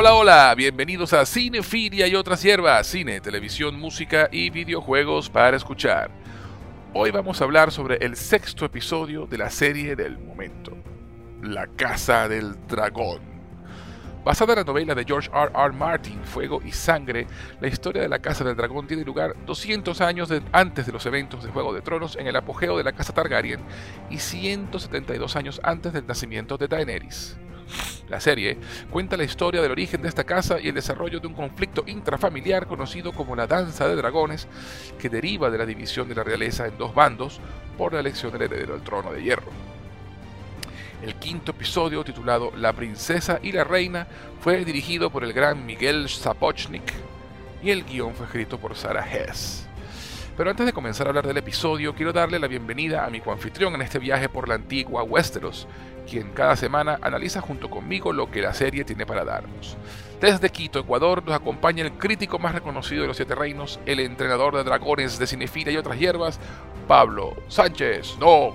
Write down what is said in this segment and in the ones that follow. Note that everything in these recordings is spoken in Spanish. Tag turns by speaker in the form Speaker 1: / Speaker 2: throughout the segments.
Speaker 1: Hola, hola, bienvenidos a Cinefilia y otras hierbas, cine, televisión, música y videojuegos para escuchar. Hoy vamos a hablar sobre el sexto episodio de la serie del momento, La Casa del Dragón. Basada en la novela de George R.R. Martin, Fuego y Sangre, la historia de la Casa del Dragón tiene lugar 200 años antes de los eventos de Juego de Tronos en el apogeo de la Casa Targaryen y 172 años antes del nacimiento de Daenerys. La serie cuenta la historia del origen de esta casa y el desarrollo de un conflicto intrafamiliar conocido como la Danza de Dragones, que deriva de la división de la realeza en dos bandos por la elección del heredero al trono de hierro. El quinto episodio, titulado La Princesa y la Reina, fue dirigido por el gran Miguel Sapochnik y el guión fue escrito por Sarah Hess. Pero antes de comenzar a hablar del episodio, quiero darle la bienvenida a mi coanfitrión en este viaje por la antigua Westeros, quien cada semana analiza junto conmigo lo que la serie tiene para darnos. Desde Quito, Ecuador, nos acompaña el crítico más reconocido de los Siete Reinos, el entrenador de dragones de Cinefilia y otras hierbas, Pablo Sánchez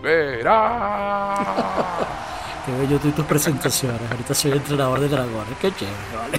Speaker 1: Noguera.
Speaker 2: Qué bello tú y tus presentaciones. Ahorita soy entrenador de dragones. Qué chévere, vale.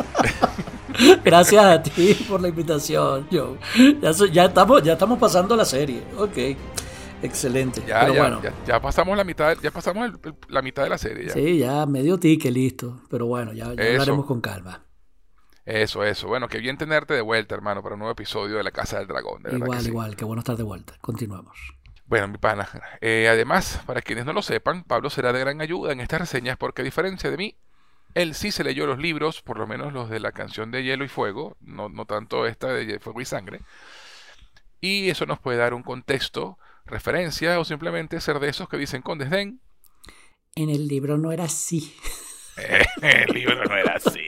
Speaker 2: Gracias a ti por la invitación, Joe. Ya estamos pasando la serie. Ok. Excelente.
Speaker 1: Ya pasamos la mitad, la mitad de la serie. Ya.
Speaker 2: Sí, ya medio ticket, listo. Pero bueno, ya hablaremos con calma.
Speaker 1: Eso. Bueno, qué bien tenerte de vuelta, hermano, para un nuevo episodio de La Casa del Dragón.
Speaker 2: Igual, qué bueno estar de vuelta. Continuamos.
Speaker 1: Bueno, mi pana, además, para quienes no lo sepan, Pablo será de gran ayuda en estas reseñas porque a diferencia de mí, él sí se leyó los libros, por lo menos los de la canción de Hielo y Fuego, no tanto esta de Fuego y Sangre, y eso nos puede dar un contexto, referencia o simplemente ser de esos que dicen con desdén:
Speaker 2: en el libro no era así.
Speaker 1: El libro no era así.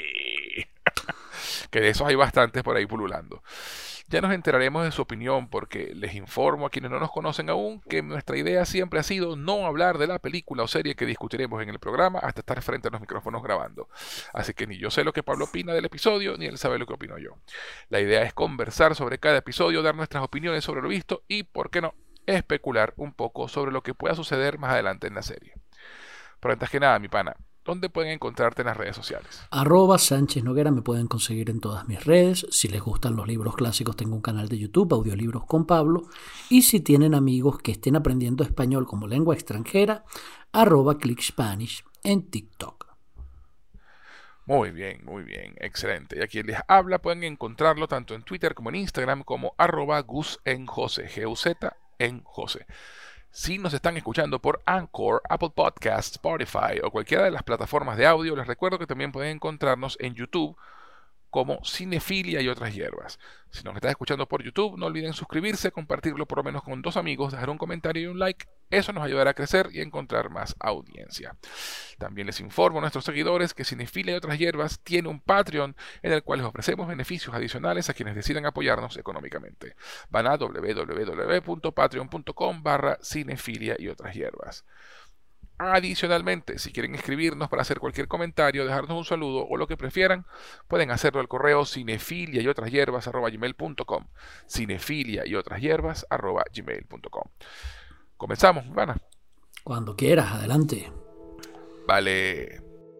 Speaker 1: Que de esos hay bastantes por ahí pululando. Ya nos enteraremos de su opinión porque les informo a quienes no nos conocen aún que nuestra idea siempre ha sido no hablar de la película o serie que discutiremos en el programa hasta estar frente a los micrófonos grabando. Así que ni yo sé lo que Pablo opina del episodio, ni él sabe lo que opino yo. La idea es conversar sobre cada episodio, dar nuestras opiniones sobre lo visto y, ¿por qué no?, especular un poco sobre lo que pueda suceder más adelante en la serie. Pero antes que nada, mi pana, ¿dónde pueden encontrarte en las redes sociales?
Speaker 2: @Sánchez Noguera, me pueden conseguir en todas mis redes. Si les gustan los libros clásicos, tengo un canal de YouTube, Audiolibros con Pablo. Y si tienen amigos que estén aprendiendo español como lengua extranjera, @ClickSpanish en TikTok.
Speaker 1: Muy bien, excelente. Y a quien les habla pueden encontrarlo tanto en Twitter como en Instagram como @GuzEnJose, G-U-Z en Jose. Si nos están escuchando por Anchor, Apple Podcasts, Spotify o cualquiera de las plataformas de audio, les recuerdo que también pueden encontrarnos en YouTube como Cinefilia y otras hierbas. Si nos están escuchando por YouTube, no olviden suscribirse, compartirlo por lo menos con 2 amigos, dejar un comentario y un like. Eso nos ayudará a crecer y a encontrar más audiencia. También les informo a nuestros seguidores que Cinefilia y otras hierbas tiene un Patreon en el cual les ofrecemos beneficios adicionales a quienes decidan apoyarnos económicamente. Van a www.patreon.com/cinefilia y otras hierbas. Adicionalmente, si quieren escribirnos para hacer cualquier comentario, dejarnos un saludo o lo que prefieran, pueden hacerlo al correo cinefilia@gmail.com. cinefilia@gmail.com. Comenzamos, Ivana.
Speaker 2: Cuando quieras, adelante.
Speaker 1: Vale.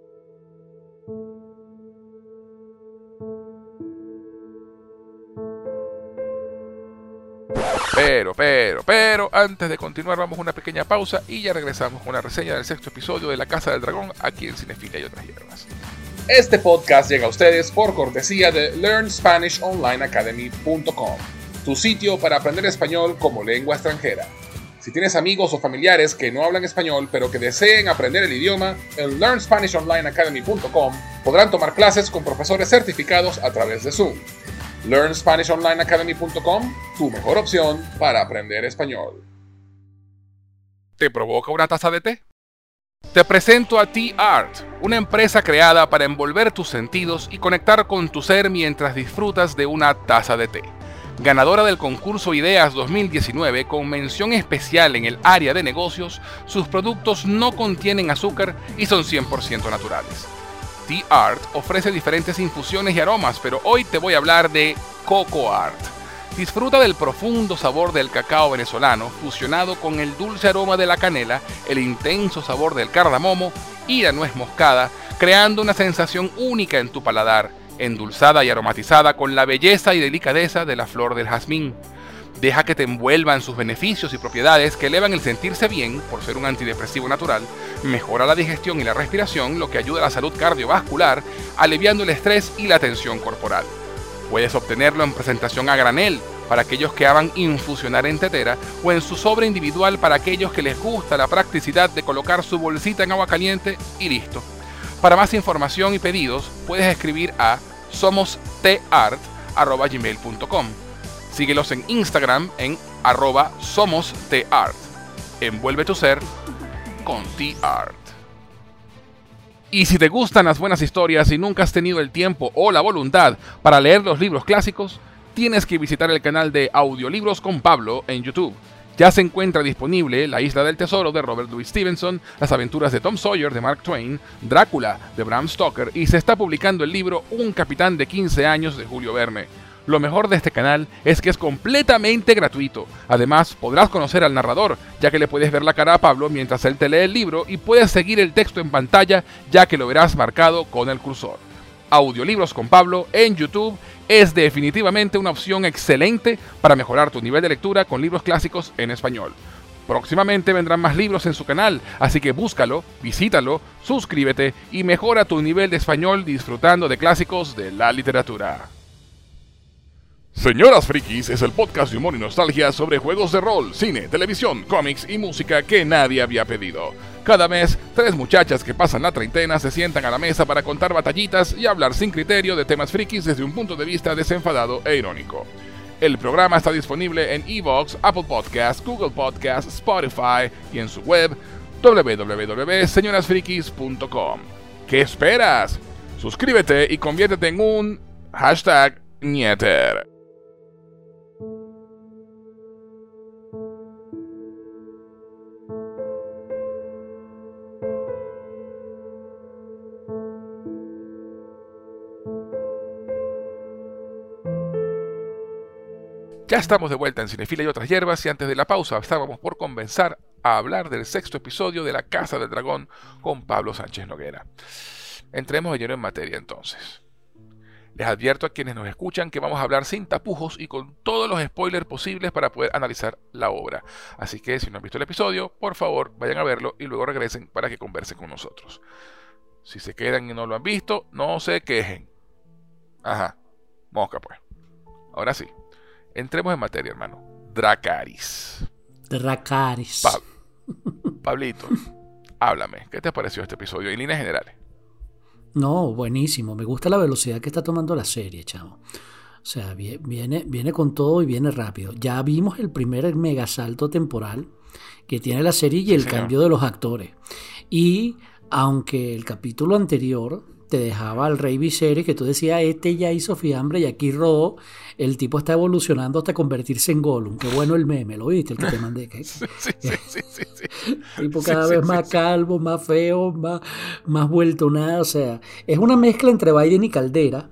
Speaker 1: Pero, antes de continuar vamos a una pequeña pausa y ya regresamos con una reseña del sexto episodio de La Casa del Dragón aquí en Cinefilia y otras hierbas. Este podcast llega a ustedes por cortesía de LearnSpanishOnlineAcademy.com, tu sitio para aprender español como lengua extranjera. Si tienes amigos o familiares que no hablan español pero que deseen aprender el idioma, en LearnSpanishOnlineAcademy.com podrán tomar clases con profesores certificados a través de Zoom. LearnSpanishOnlineAcademy.com, tu mejor opción para aprender español. ¿Te provoca una taza de té? Te presento a Tea Art, una empresa creada para envolver tus sentidos y conectar con tu ser mientras disfrutas de una taza de té. Ganadora del concurso Ideas 2019 con mención especial en el área de negocios, sus productos no contienen azúcar y son 100% naturales. Tea Art ofrece diferentes infusiones y aromas, pero hoy te voy a hablar de Coco Art. Disfruta del profundo sabor del cacao venezolano fusionado con el dulce aroma de la canela, el intenso sabor del cardamomo y la nuez moscada, creando una sensación única en tu paladar, endulzada y aromatizada con la belleza y delicadeza de la flor del jazmín. Deja que te envuelva en sus beneficios y propiedades que elevan el sentirse bien por ser un antidepresivo natural, mejora la digestión y la respiración, lo que ayuda a la salud cardiovascular, aliviando el estrés y la tensión corporal. Puedes obtenerlo en presentación a granel para aquellos que aman infusionar en tetera o en su sobre individual para aquellos que les gusta la practicidad de colocar su bolsita en agua caliente y listo. Para más información y pedidos puedes escribir a somosteart@gmail.com. Síguelos en Instagram en @somosteart. Envuelve tu ser con T-Art. Y si te gustan las buenas historias y nunca has tenido el tiempo o la voluntad para leer los libros clásicos, tienes que visitar el canal de Audiolibros con Pablo en YouTube. Ya se encuentra disponible La Isla del Tesoro de Robert Louis Stevenson, Las aventuras de Tom Sawyer de Mark Twain, Drácula de Bram Stoker y se está publicando el libro Un capitán de 15 años de Julio Verne. Lo mejor de este canal es que es completamente gratuito. Además, podrás conocer al narrador, ya que le puedes ver la cara a Pablo mientras él te lee el libro y puedes seguir el texto en pantalla, ya que lo verás marcado con el cursor. Audiolibros con Pablo en YouTube es definitivamente una opción excelente para mejorar tu nivel de lectura con libros clásicos en español. Próximamente vendrán más libros en su canal, así que búscalo, visítalo, suscríbete y mejora tu nivel de español disfrutando de clásicos de la literatura. Señoras Frikis es el podcast de humor y nostalgia sobre juegos de rol, cine, televisión, cómics y música que nadie había pedido. Cada mes, 3 muchachas que pasan la treintena se sientan a la mesa para contar batallitas y hablar sin criterio de temas frikis desde un punto de vista desenfadado e irónico. El programa está disponible en iVoox, Apple Podcasts, Google Podcasts, Spotify y en su web www.señorasfrikis.com. ¿Qué esperas? Suscríbete y conviértete en un #Nieter. Ya estamos de vuelta en Cinefila y otras hierbas y antes de la pausa estábamos por comenzar a hablar del 6º episodio de La Casa del Dragón con Pablo Sánchez Noguera. Entremos de lleno en materia entonces. Les advierto a quienes nos escuchan que vamos a hablar sin tapujos y con todos los spoilers posibles para poder analizar la obra. Así que si no han visto el episodio, por favor vayan a verlo y luego regresen para que conversen con nosotros. Si se quedan y no lo han visto, no se quejen. Ajá, mosca pues. Ahora sí. Entremos en materia, hermano. Dracarys. Pablito, háblame. ¿Qué te pareció este episodio en líneas generales?
Speaker 2: No, buenísimo. Me gusta la velocidad que está tomando la serie, chamo. O sea, viene con todo y viene rápido. Ya vimos el primer mega salto temporal que tiene la serie y el cambio de los actores. Y aunque el capítulo anterior te dejaba al Rey Viserys, que tú decías, este ya hizo fiambre y aquí rodó, el tipo está evolucionando hasta convertirse en Gollum. Qué bueno el meme, ¿lo viste? El que te mandé. Sí. Tipo cada vez más calvo, más feo, más vuelto nada. O sea, es una mezcla entre Biden y Caldera.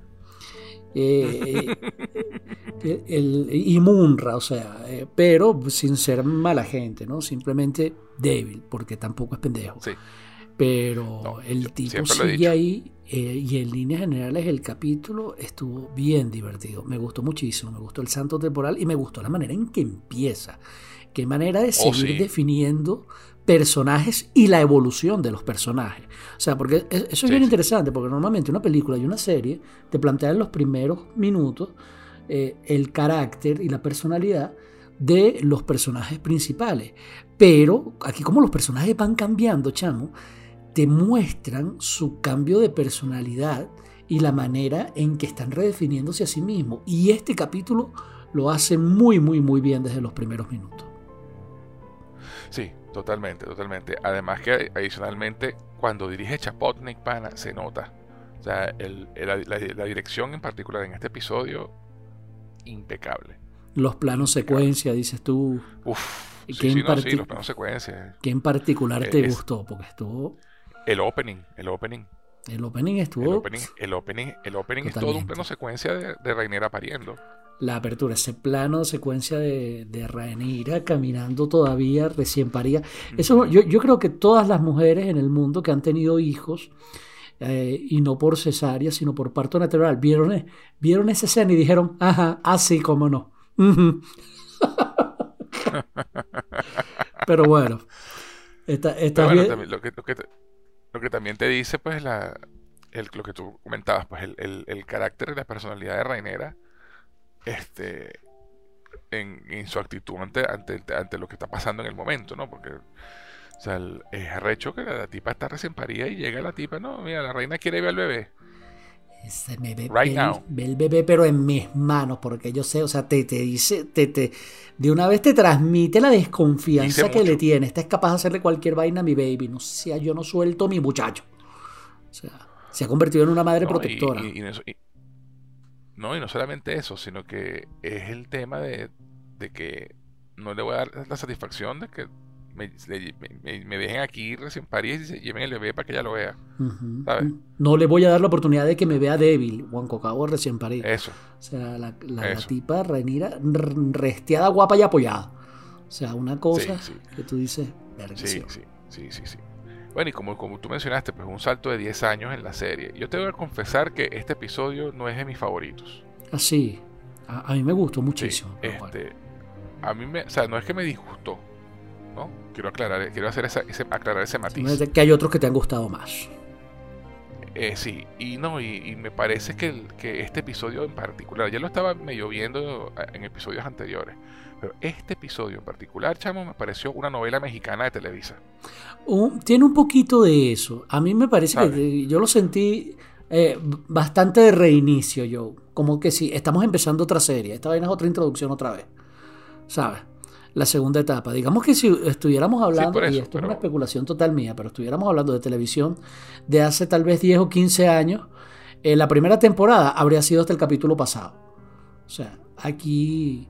Speaker 2: Y Munra, o sea, pero sin ser mala gente, ¿no? Simplemente débil, porque tampoco es pendejo. Sí. Pero no, el tipo sigue ahí y en líneas generales el capítulo estuvo bien divertido. Me gustó muchísimo, me gustó el salto temporal y me gustó la manera en que empieza. Qué manera de seguir definiendo personajes y la evolución de los personajes. O sea, porque eso es bien interesante, porque normalmente una película y una serie te plantean en los primeros minutos el carácter y la personalidad de los personajes principales. Pero aquí como los personajes van cambiando, chamo, te muestran su cambio de personalidad y la manera en que están redefiniéndose a sí mismos. Y este capítulo lo hace muy, muy, muy bien desde los primeros minutos.
Speaker 1: Sí, totalmente. Además que adicionalmente, cuando dirige Chapotnik, pana, se nota. O sea, la dirección en particular en este episodio, impecable.
Speaker 2: Los planos secuencia, dices tú.
Speaker 1: Uf, los planos secuencia.
Speaker 2: ¿Qué en particular te gustó? Porque estuvo...
Speaker 1: El opening
Speaker 2: estuvo...
Speaker 1: El opening es todo un plano secuencia de Rhaenyra pariendo.
Speaker 2: la apertura, ese plano de secuencia de Rhaenyra caminando todavía recién parida. Eso, yo creo que todas las mujeres en el mundo que han tenido hijos, y no por cesárea, sino por parto natural, vieron esa escena y dijeron, ajá, así como no. Pero bueno,
Speaker 1: Pero bueno, también, lo que también te dice, pues, lo que tú comentabas, pues, el carácter y la personalidad de Rhaenyra, en su actitud ante lo que está pasando en el momento, ¿no? Porque, o sea, es arrecho que la tipa está recién parida y llega la tipa, no, mira, la reina quiere ver al bebé. Right now.
Speaker 2: Ve el bebé, pero en mis manos, porque yo sé, o sea, te dice, de una vez te transmite la desconfianza que le tiene. Esta es capaz de hacerle cualquier vaina a mi baby. No sea, yo no suelto a mi muchacho. O sea, se ha convertido en una madre protectora.
Speaker 1: Y no solamente eso, sino que es el tema de que no le voy a dar la satisfacción de que me dejen aquí recién parido y se lleven el bebé para que ella lo vea. ¿Sabes?
Speaker 2: No le voy a dar la oportunidad de que me vea débil, Juan Cocabo recién parido.
Speaker 1: Eso.
Speaker 2: O sea, la tipa Rhaenyra resteada, guapa y apoyada. O sea, una cosa que tú dices,
Speaker 1: sí. Bueno, y como tú mencionaste, pues un salto de 10 años en la serie. Yo te voy a confesar que este episodio no es de mis favoritos.
Speaker 2: Así. A mí me gustó muchísimo.
Speaker 1: Sí, a mí o sea, no es que me disgustó, ¿no? Quiero aclarar ese matiz.
Speaker 2: Que hay otros que te han gustado más.
Speaker 1: Sí, y me parece que este episodio en particular, ya lo estaba medio viendo en episodios anteriores, pero este episodio en particular, chamo, me pareció una novela mexicana de Televisa.
Speaker 2: Tiene un poquito de eso. A mí me parece que yo lo sentí bastante de reinicio, yo. Como que sí, estamos empezando otra serie. Esta vaina es otra introducción otra vez. ¿Sabes? La segunda etapa. Digamos que si estuviéramos hablando, y esto es una especulación total mía, pero estuviéramos hablando de televisión de hace tal vez 10 o 15 años, la primera temporada habría sido hasta el capítulo pasado. O sea, aquí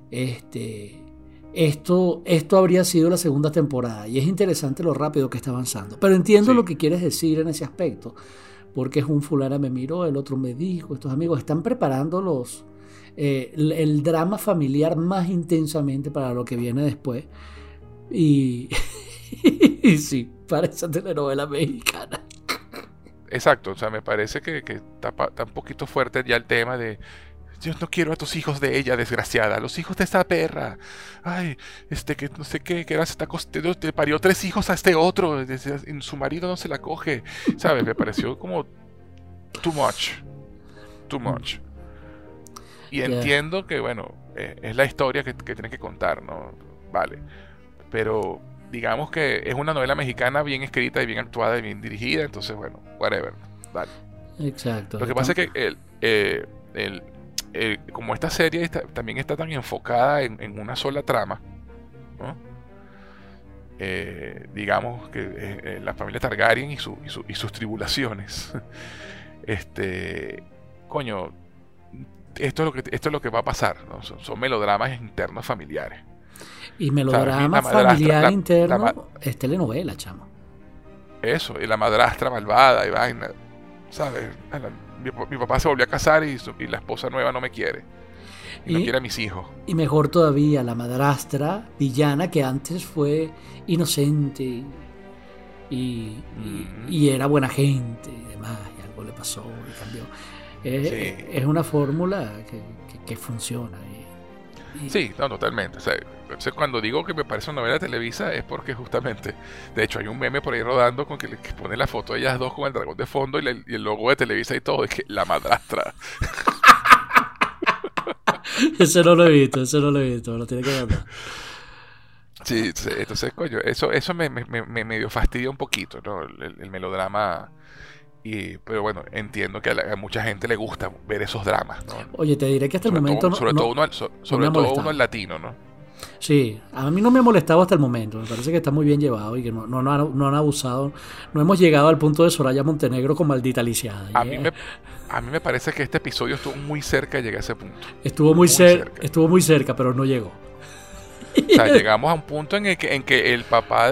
Speaker 2: esto habría sido la segunda temporada, y es interesante lo rápido que está avanzando. Pero entiendo lo que quieres decir en ese aspecto, porque es un fulano me miró, el otro me dijo, estos amigos están preparando el drama familiar más intensamente para lo que viene después. Y sí, parece telenovela mexicana.
Speaker 1: Exacto, o sea, me parece que está un poquito fuerte ya el tema de yo no quiero a tus hijos de ella, desgraciada, los hijos de esta perra. Ay, que no sé qué, que ahora te parió 3 hijos a este otro, su marido no se la coge, ¿sabes? Me pareció como too much. Y entiendo que, bueno, es la historia que tienen que contar, ¿no? Vale. Pero digamos que es una novela mexicana bien escrita y bien actuada y bien dirigida, entonces, bueno, whatever. Vale.
Speaker 2: Exacto.
Speaker 1: Lo que pasa es que como esta serie también está tan enfocada en una sola trama, ¿no? Digamos que la familia Targaryen y sus tribulaciones. Coño, esto es lo que va a pasar, ¿no? Son melodramas internos familiares.
Speaker 2: Y melodrama familiar interno es telenovela, chamo.
Speaker 1: Eso, y la madrastra malvada y vaina, ¿sabes? Mi papá se volvió a casar y la esposa nueva no me quiere. Y no quiere a mis hijos.
Speaker 2: Y mejor todavía, la madrastra villana que antes fue inocente y era buena gente y demás, y algo le pasó y cambió. Es una fórmula que funciona.
Speaker 1: Sí, no, totalmente. O sea, cuando digo que me parece una novela de Televisa es porque justamente, de hecho hay un meme por ahí rodando con que pone la foto de ellas dos con el dragón de fondo y el logo de Televisa y todo, es que la madrastra.
Speaker 2: Ese no lo he visto, me lo tiene que mandar.
Speaker 1: Sí, entonces, coño, eso me medio fastidia un poquito, ¿no? El melodrama. Pero bueno, entiendo que a mucha gente le gusta ver esos dramas, ¿no?
Speaker 2: Oye, te diré que hasta el momento
Speaker 1: sobre todo uno el latino, ¿no?
Speaker 2: Sí, a mí no me ha molestado hasta el momento. Me parece que está muy bien llevado y que no han abusado. No hemos llegado al punto de Soraya Montenegro con Maldita Lisiada.
Speaker 1: A mí me parece que este episodio estuvo muy cerca de llegar a ese punto.
Speaker 2: Estuvo muy cerca, pero no llegó.
Speaker 1: O sea, llegamos a un punto en que el papá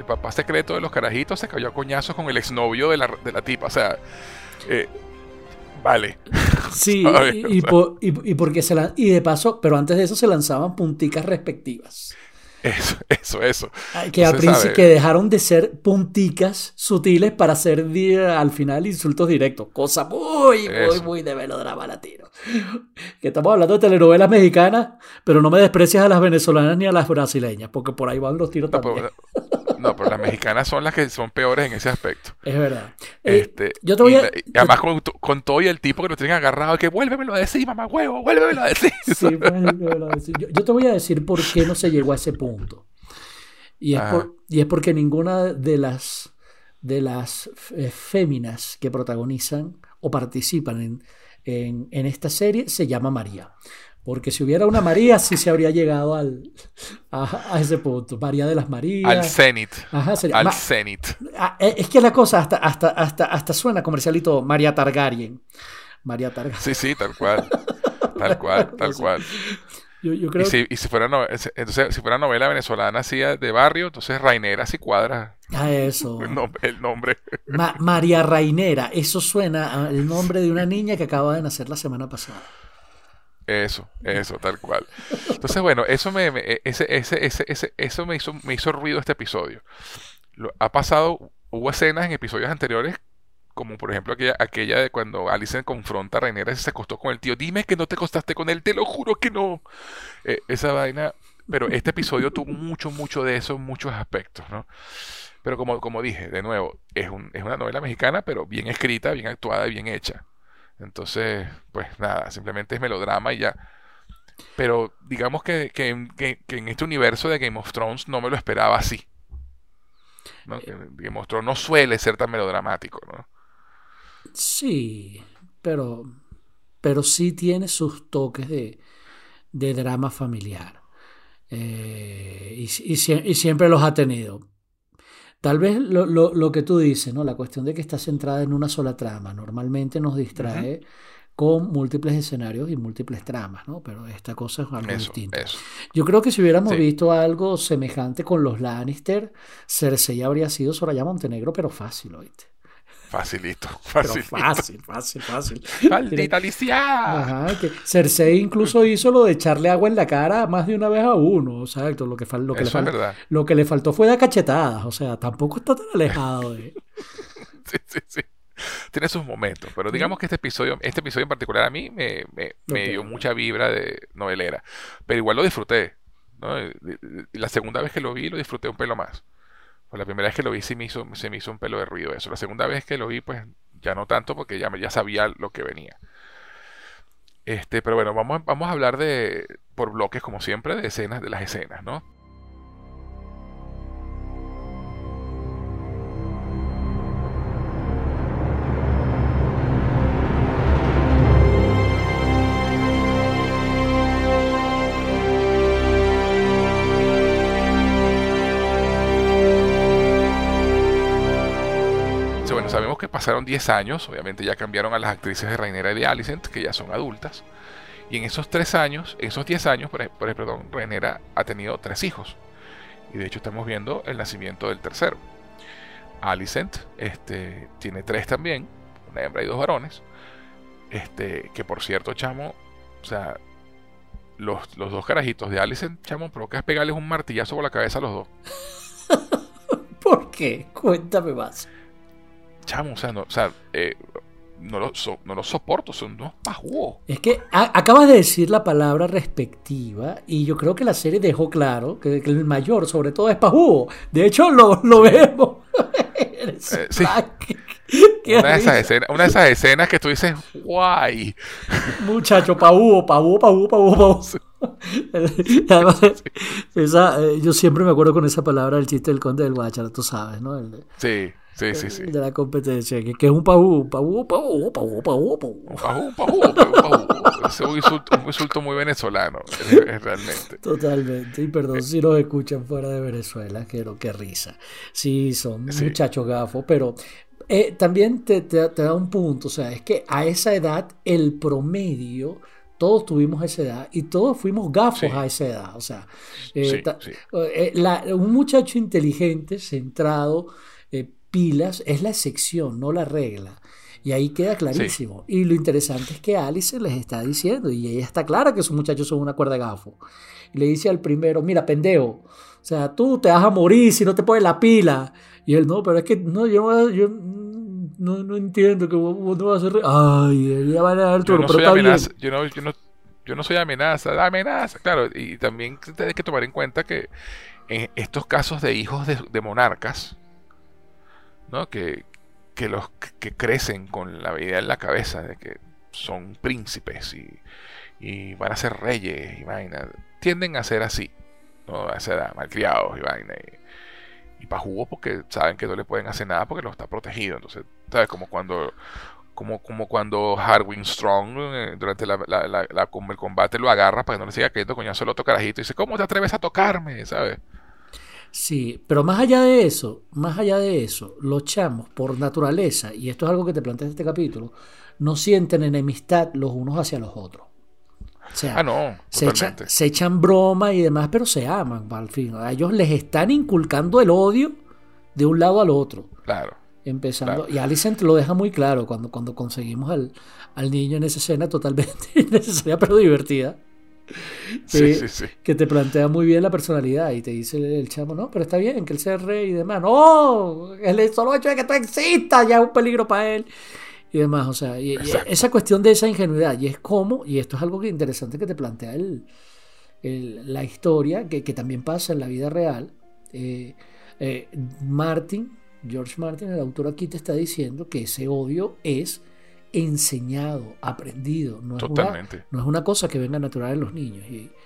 Speaker 1: secreto de los carajitos se cayó a coñazos con el exnovio de la tipa. O sea, Vale.
Speaker 2: Sí,
Speaker 1: ¿Sabes?
Speaker 2: y porque y de paso, pero antes de eso se lanzaban punticas respectivas.
Speaker 1: Eso.
Speaker 2: Que a
Speaker 1: Entonces, ¿sabes?
Speaker 2: que dejaron de ser punticas sutiles para ser al final insultos directos. Cosa
Speaker 1: Eso.
Speaker 2: muy de melodrama latino. Que estamos hablando de telenovelas mexicanas, pero no me desprecias a las venezolanas ni a las brasileñas, porque por ahí van los tiros
Speaker 1: No,
Speaker 2: también.
Speaker 1: pero las mexicanas son las que son peores en ese aspecto.
Speaker 2: Es verdad. Yo te voy
Speaker 1: Y,
Speaker 2: a...
Speaker 1: y además con todo y el tipo que lo tienen agarrado, que vuélvemelo a decir, mamá huevo, vuélvemelo a decir.
Speaker 2: Sí, yo te voy a decir por qué no se llegó a ese punto.
Speaker 1: Ajá,
Speaker 2: Y es porque ninguna de las féminas que protagonizan o participan en esta serie se llama María. Porque si hubiera una María, sí se habría llegado a ese punto. María de las
Speaker 1: al
Speaker 2: Marías.
Speaker 1: cenit.
Speaker 2: Ajá, sería.
Speaker 1: Al cenit.
Speaker 2: Es que la cosa hasta suena comercial y todo. María Targaryen. María Targaryen.
Speaker 1: Sí, tal cual.
Speaker 2: Una cosa
Speaker 1: Tal
Speaker 2: así.
Speaker 1: cual.
Speaker 2: Yo
Speaker 1: Y
Speaker 2: creo
Speaker 1: si fuera entonces, si fuera novela venezolana así de barrio, entonces Rainera sí cuadra
Speaker 2: a eso.
Speaker 1: el nombre.
Speaker 2: María Rainera. Eso suena al nombre de una niña que acaba de nacer la semana pasada.
Speaker 1: Eso, tal cual. Entonces, bueno, eso me hizo ruido este episodio. Ha pasado, hubo escenas en episodios anteriores, como por ejemplo aquella de cuando Alicent confronta a Rhaenyra y se acostó con el tío. Dime que no te acostaste con él, te lo juro que no. Esa vaina. Pero este episodio tuvo mucho de eso en muchos aspectos, ¿no? Pero como dije, de nuevo, es una novela mexicana, pero bien escrita, bien actuada y bien hecha. Entonces, pues nada, simplemente es melodrama y ya. Pero digamos que en este universo de Game of Thrones no me lo esperaba así, ¿no? Que Game of Thrones no suele ser tan melodramático, ¿no?
Speaker 2: Sí, pero, pero sí tiene sus toques de drama familiar. Y siempre los ha tenido. Tal vez lo que tú dices, ¿no? La cuestión de que está centrada en una sola trama, normalmente nos
Speaker 1: Ujú.
Speaker 2: distrae con múltiples escenarios y múltiples tramas, ¿no? Pero esta cosa es algo distinto.
Speaker 1: Eso.
Speaker 2: Yo creo que si hubiéramos
Speaker 1: Sí,
Speaker 2: visto algo semejante con los Lannister, Cersei habría sido Soraya Montenegro, pero fácil, ¿oíste?
Speaker 1: facilito,
Speaker 2: Pero
Speaker 1: facilito.
Speaker 2: fácil.
Speaker 1: ¡Maldita lisiada!
Speaker 2: Ajá, que Cersei incluso hizo lo de echarle agua en la cara más de una vez a uno. Exacto,
Speaker 1: Eso es verdad.
Speaker 2: lo que le faltó fue dar cachetadas. O sea, tampoco está tan alejado de.
Speaker 1: Sí. Tiene sus momentos, pero
Speaker 2: ¿Mm?
Speaker 1: digamos que este episodio en particular a mí me
Speaker 2: Ok,
Speaker 1: dio
Speaker 2: ok.
Speaker 1: mucha vibra de novelera. Pero igual lo disfruté, ¿no? Y la segunda vez que lo vi lo disfruté un pelo más. Pues la primera vez que lo vi se me hizo un pelo de ruido eso. La segunda vez que lo vi, pues ya no tanto porque ya sabía lo que venía. Pero bueno, vamos a hablar por bloques, como siempre, de las escenas, ¿no? Bueno, sabemos que pasaron 10 años, obviamente ya cambiaron a las actrices de Rhaenyra y de Alicent, que ya son adultas. Y en esos 3 años, en esos 10 años, perdón, Rhaenyra ha tenido 3 hijos. Y de hecho estamos viendo el nacimiento del tercero. Alicent tiene 3 también, una hembra y 2 varones. Que por cierto, chamo, o sea, los 2 carajitos de Alicent, chamo, provoca es pegarles un martillazo por la cabeza a los dos.
Speaker 2: ¿Por qué? Cuéntame más.
Speaker 1: Chamo, no los soporto, son unos pajuos.
Speaker 2: Es que acabas de decir la palabra respectiva y yo creo que la serie dejó claro que el mayor sobre todo es pajugo. De hecho lo
Speaker 1: Sí,
Speaker 2: vemos. Eres
Speaker 1: sí.
Speaker 2: black. Qué risa.
Speaker 1: Una de esas escenas que tú dices, guay.
Speaker 2: Muchacho, pajugo. Además, yo siempre me acuerdo con esa palabra del chiste del conde del Guáchara, tú sabes, ¿no?
Speaker 1: Sí.
Speaker 2: El de la competencia, que es un pajugo.
Speaker 1: Un pajugo. Es un insulto muy venezolano, es realmente.
Speaker 2: Totalmente. Y perdón si nos escuchan fuera de Venezuela, qué risa. Sí, son
Speaker 1: Sí,
Speaker 2: muchachos gafos, pero también te da un punto. O sea, es que a esa edad, el promedio, todos tuvimos esa edad y todos fuimos gafos
Speaker 1: sí,
Speaker 2: a esa edad. O sea,
Speaker 1: sí.
Speaker 2: un muchacho inteligente, centrado, pilas, es la excepción, no la regla. Y ahí queda
Speaker 1: Sí.
Speaker 2: clarísimo. Y lo interesante es que Alice les está diciendo, y ella está clara que esos muchachos son una cuerda de gafo. Y le dice al primero, mira, pendejo, o sea, tú te vas a morir si no te pones la pila. Y él, no, pero es que no, yo no entiendo que vos no vas a hacer... Ay, ella va a dar el
Speaker 1: Yo
Speaker 2: turno,
Speaker 1: no
Speaker 2: pero
Speaker 1: soy
Speaker 2: está bien.
Speaker 1: amenaza, yo no soy amenaza, amenaza, claro. Y también tienes que tomar en cuenta que en estos casos de hijos de monarcas, ¿no? Que crecen con la idea en la cabeza de que son príncipes y van a ser reyes y vaina, tienden a ser así, ¿no? A ser malcriados y vaina. Y pa' jugo porque saben que no le pueden hacer nada porque no está protegido. Entonces, ¿sabes? Como cuando Harwin Strong durante el combate lo agarra para que no le siga cayendo coñazo el otro carajito y dice, ¿cómo te atreves a tocarme? ¿Sabes?
Speaker 2: Sí, pero más allá de eso, los chamos, por naturaleza, y esto es algo que te plantea este capítulo, no sienten enemistad los unos hacia los otros. O
Speaker 1: Ah,
Speaker 2: sea,
Speaker 1: no, totalmente.
Speaker 2: se echan broma y demás, pero se aman, al fin. A ellos les están inculcando el odio de un lado al otro.
Speaker 1: Claro,
Speaker 2: Empezando,
Speaker 1: claro.
Speaker 2: y Alicent lo deja muy claro cuando conseguimos al niño en esa escena totalmente innecesaria pero divertida.
Speaker 1: Sí, sí, sí.
Speaker 2: Que te plantea muy bien la personalidad y te dice el chamo, no, pero está bien que él sea rey y demás. No, el solo hecho de que tú existas ya es un peligro para él y demás. O sea, y
Speaker 1: Exacto.
Speaker 2: esa cuestión de esa ingenuidad, y es como, y esto es algo que interesante que te plantea la historia, que también pasa en la vida real. Eh, eh, Martin, George Martin, el autor aquí te está diciendo que ese odio es enseñado, aprendido,
Speaker 1: Totalmente.
Speaker 2: no es una cosa que venga natural en los niños.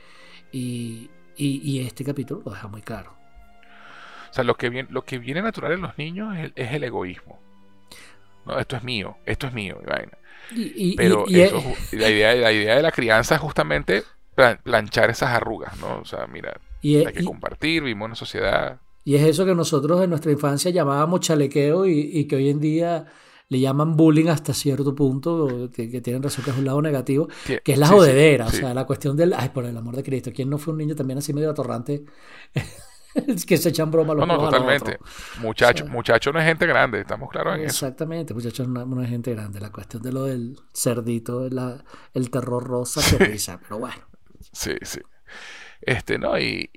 Speaker 2: Y este capítulo lo deja muy claro.
Speaker 1: O sea, lo que viene natural en los niños es el egoísmo. No, esto es mío, y vaina. Pero eso, la idea de la crianza es justamente planchar esas arrugas, ¿no? O sea, mira, hay que compartir, vivimos en una sociedad.
Speaker 2: Y es eso que nosotros en nuestra infancia llamábamos chalequeo y que hoy en día le llaman bullying hasta cierto punto, que tienen razón que es un lado negativo, que es la jodedera,
Speaker 1: sí.
Speaker 2: O sea, la cuestión del, ay, por el amor de Cristo, ¿quién no fue un niño también así medio atorrante? Que se echan broma los
Speaker 1: No,
Speaker 2: unos a los
Speaker 1: totalmente.
Speaker 2: otros.
Speaker 1: Muchacho no es gente grande, estamos claros en eso.
Speaker 2: Exactamente, muchachos, no es gente grande. La cuestión de lo del cerdito, el terror rosa,
Speaker 1: Sí,
Speaker 2: que risa, pero bueno.
Speaker 1: sí, sí. ¿No?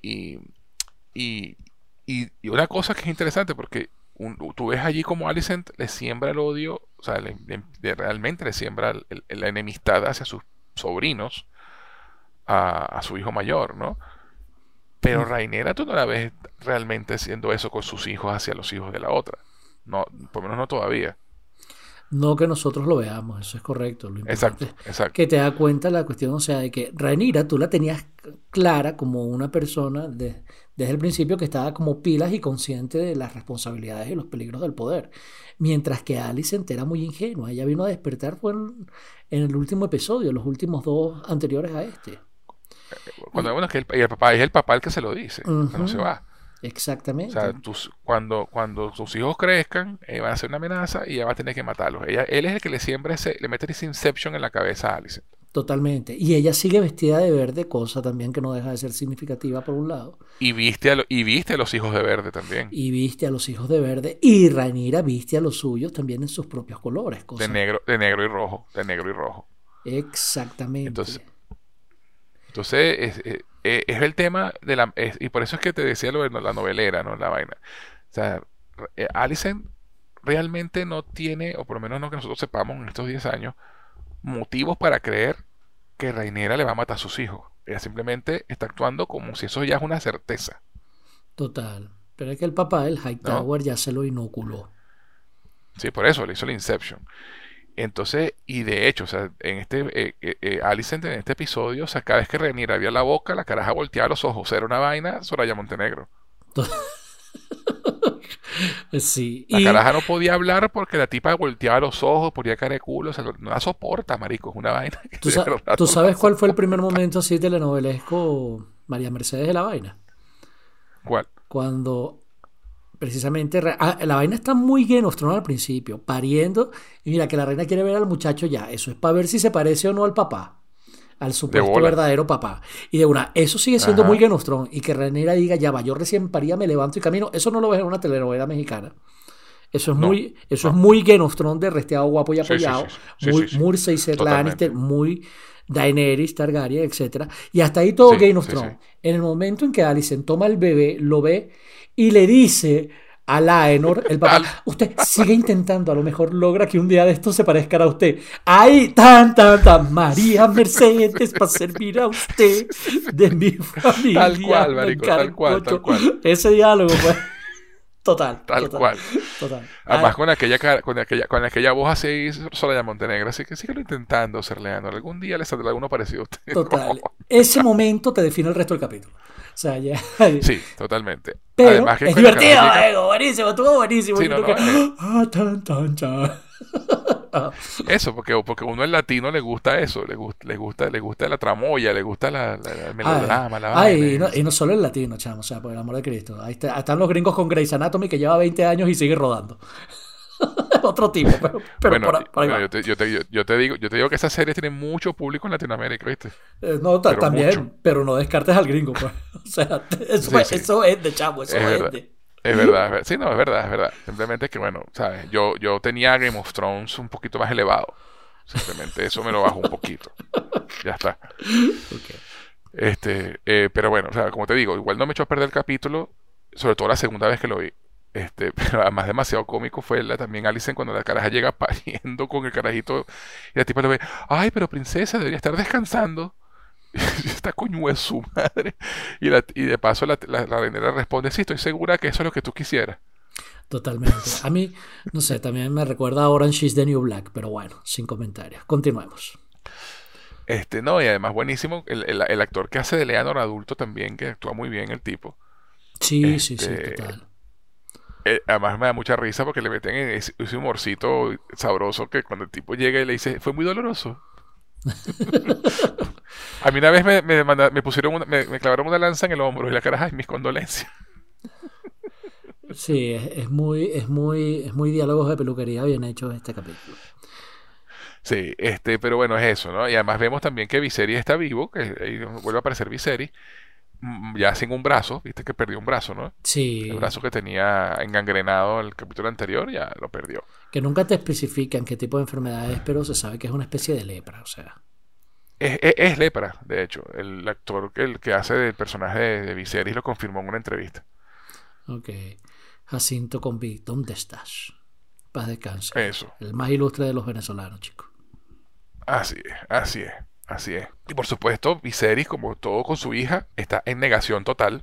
Speaker 1: Y una cosa que es interesante, porque tú ves allí como Alicent le siembra el odio, o sea, realmente le siembra la enemistad hacia sus sobrinos, a su hijo mayor, ¿no? Pero Rhaenyra tú no la ves realmente haciendo eso con sus hijos hacia los hijos de la otra. No, por lo menos no todavía.
Speaker 2: No que nosotros lo veamos, eso es correcto. Lo importante
Speaker 1: Exacto,
Speaker 2: es
Speaker 1: exacto.
Speaker 2: que te da cuenta la cuestión, o sea, de que Rhaenyra tú la tenías clara como una persona desde el principio que estaba como pilas y consciente de las responsabilidades y los peligros del poder. Mientras que Alicent era muy ingenua. Ella vino a despertar fue en el último episodio, los últimos dos anteriores a este.
Speaker 1: Cuando
Speaker 2: Y,
Speaker 1: vemos que el papá es el papá el que se lo dice, que no se
Speaker 2: uh-huh,
Speaker 1: va. O
Speaker 2: exactamente.
Speaker 1: sea, cuando sus hijos crezcan, van a ser una amenaza y ella va a tener que matarlos. Él es el que le siembra le mete ese inception en la cabeza a Alicent.
Speaker 2: Totalmente. Y ella sigue vestida de verde, cosa también que no deja de ser significativa por un lado.
Speaker 1: Y viste a los hijos de verde también.
Speaker 2: Y viste a los hijos de verde. Y Rhaenyra viste a los suyos también en sus propios colores. Cosa.
Speaker 1: De negro y rojo. De negro y rojo.
Speaker 2: Exactamente.
Speaker 1: Entonces es el tema y por eso es que te decía lo de la novelera, ¿no? La vaina. O sea, Alicent realmente no tiene, o por lo menos no que nosotros sepamos en estos 10 años, motivos para creer que Rhaenyra le va a matar a sus hijos. Ella simplemente está actuando como si eso ya es una certeza,
Speaker 2: Total. Pero es que el papá, el
Speaker 1: ¿no?
Speaker 2: Hightower, ya se lo inoculó.
Speaker 1: Sí, por eso le hizo el Inception. Entonces, y de hecho, o sea, Alicent en este episodio, o sea, cada vez que Rhaenyra abría la boca, la caraja volteaba los ojos. Era una vaina Soraya Montenegro.
Speaker 2: Sí.
Speaker 1: La caraja no podía hablar porque la tipa volteaba los ojos, ponía cara de culo, o sea, no la soporta, marico. Es una vaina que de verdad
Speaker 2: ¿Tú
Speaker 1: no la
Speaker 2: sabes cuál fue el primer
Speaker 1: soporta.
Speaker 2: momento así telenovelesco María Mercedes de la vaina?
Speaker 1: ¿Cuál?
Speaker 2: Cuando precisamente la vaina está muy Game of Thrones al principio, pariendo, y mira que la reina quiere ver al muchacho ya, eso es para ver si se parece o no al papá, al
Speaker 1: De
Speaker 2: supuesto
Speaker 1: bola.
Speaker 2: verdadero papá. Y de una, eso sigue siendo muy
Speaker 1: Ajá.
Speaker 2: Game of Thrones, y que Rhaenyra diga, ya va, yo recién paría, me levanto y camino, eso no lo ves en una telenovela mexicana. Eso es
Speaker 1: No,
Speaker 2: muy, eso es
Speaker 1: no.
Speaker 2: muy Game of Thrones de resteado guapo y
Speaker 1: Sí, sí,
Speaker 2: apoyado,
Speaker 1: sí, sí,
Speaker 2: muy,
Speaker 1: sí, sí.
Speaker 2: muy Cersei Lannister,
Speaker 1: Totalmente.
Speaker 2: muy Daenerys Targaryen, etcétera. Y hasta ahí todo
Speaker 1: Sí,
Speaker 2: Game of
Speaker 1: sí, sí.
Speaker 2: Thrones. En el momento en que Alicent toma el bebé, lo ve y le dice a Laenor, el papá,
Speaker 1: Tal,
Speaker 2: usted sigue intentando, a lo mejor logra que un día de estos se parezca a usted. Ahí, tan, tan, tan, María Mercedes, para servir a usted de mi
Speaker 1: tal
Speaker 2: familia,
Speaker 1: cual,
Speaker 2: me
Speaker 1: marico, tal
Speaker 2: encargo
Speaker 1: cual, tal
Speaker 2: yo.
Speaker 1: cual,
Speaker 2: Ese diálogo, pues, total,
Speaker 1: tal
Speaker 2: total,
Speaker 1: cual.
Speaker 2: total.
Speaker 1: Además con aquella con aquella voz así, Soraya Montenegro, así que síguelo intentando, ser Leandro. Algún día le saldrá alguno parecido a usted.
Speaker 2: Total. Ese momento te define el resto del capítulo. O sea, ya.
Speaker 1: Sí, totalmente.
Speaker 2: Pero
Speaker 1: Además que
Speaker 2: es
Speaker 1: con la caraja
Speaker 2: divertido,
Speaker 1: llega.
Speaker 2: buenísimo, estuvo buenísimo.
Speaker 1: Sí,
Speaker 2: Y
Speaker 1: no,
Speaker 2: uno que.
Speaker 1: no,
Speaker 2: Tan, tan, tan.
Speaker 1: eso, porque uno el latino le gusta eso, le gusta la tramoya, le gusta el
Speaker 2: Ay,
Speaker 1: melodrama, la
Speaker 2: ay,
Speaker 1: vaina.
Speaker 2: y no solo el latino, chamo, o sea, por el amor de Cristo. Ahí están los gringos con Grey's Anatomy que lleva 20 años y sigue rodando. Otro tipo, pero
Speaker 1: Bueno,
Speaker 2: por ahí
Speaker 1: bueno,
Speaker 2: va.
Speaker 1: yo te digo que esa serie tiene mucho público en Latinoamérica, ¿viste?
Speaker 2: No,
Speaker 1: Pero mucho.
Speaker 2: también, pero no descartes al gringo, pues. O sea,
Speaker 1: Sí, sí,
Speaker 2: eso es de chamo,
Speaker 1: es
Speaker 2: eso es
Speaker 1: verdad.
Speaker 2: de.
Speaker 1: Es verdad, es verdad. Sí, no, es verdad, es verdad. Simplemente que, bueno, ¿sabes? Yo tenía Game of Thrones un poquito más elevado. Simplemente eso me lo bajó un poquito. Ya está.
Speaker 2: Ok.
Speaker 1: Pero bueno, o sea, como te digo, igual no me echó a perder el capítulo, sobre todo la segunda vez que lo vi. Pero además demasiado cómico fue también Alicent cuando la caraja llega pariendo con el carajito y la tipa le ve, ay, pero princesa, debería estar descansando. Y está coño de su madre. Y de paso la reina le responde, sí, estoy segura que eso es lo que tú quisieras.
Speaker 2: Totalmente. A mí, no sé, también me recuerda a Orange is the New Black, pero bueno, sin comentarios. Continuemos.
Speaker 1: No, y además buenísimo el actor que hace de Leonard adulto también, que actúa muy bien el tipo.
Speaker 2: Sí, sí, sí,
Speaker 1: Este,
Speaker 2: total.
Speaker 1: además me da mucha risa porque le meten en ese humorcito sabroso que cuando el tipo llega y le dice, fue muy doloroso. A mí una vez me pusieron me clavaron una lanza en el hombro y la cara, ay, mis condolencias.
Speaker 2: Sí, es muy diálogos de peluquería bien hechos este capítulo.
Speaker 1: Sí, pero bueno, es eso, ¿no? Y además vemos también que Viserys está vivo, que ahí vuelve a aparecer Viserys, ya sin un brazo, viste que perdió un brazo, ¿no? El
Speaker 2: Sí,
Speaker 1: brazo que tenía engangrenado en el capítulo anterior ya lo perdió.
Speaker 2: que nunca te especifican qué tipo de enfermedad es, pero se sabe que es una especie de lepra, o sea.
Speaker 1: Es lepra, de hecho. El actor el que hace del personaje de Viserys lo confirmó en una entrevista.
Speaker 2: Ok. Jacinto Conví, ¿dónde estás? Paz descanse.
Speaker 1: Eso.
Speaker 2: El más ilustre de los venezolanos, chicos.
Speaker 1: Así es, así es, así es. Y por supuesto, Viserys, como todo con su hija, está en negación total.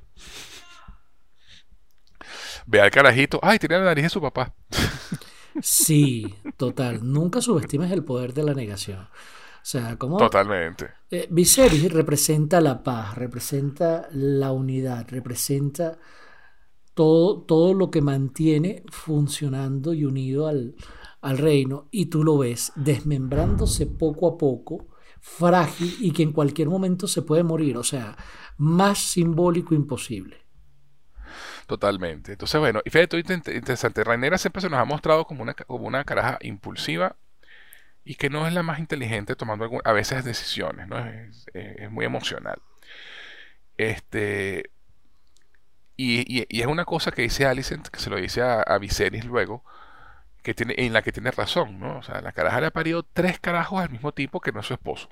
Speaker 1: Ve al carajito, ay, tiene la nariz de su papá.
Speaker 2: Sí, total. Nunca subestimes el poder de la negación. O sea, como
Speaker 1: Totalmente.
Speaker 2: Viserys representa la paz, representa la unidad, representa todo lo que mantiene funcionando y unido al reino. Y tú lo ves desmembrándose poco a poco, frágil y que en cualquier momento se puede morir. O sea, más simbólico imposible.
Speaker 1: Totalmente. Entonces, bueno, y fíjate, interesante. Rhaenyra siempre se nos ha mostrado como una caraja impulsiva y que no es la más inteligente tomando a veces decisiones, ¿no? Es muy emocional. Este, y es una cosa que dice Alicent, que se lo dice a Viserys luego, en la que tiene razón, ¿no? O sea, la caraja le ha parido tres carajos al mismo tipo que no es su esposo.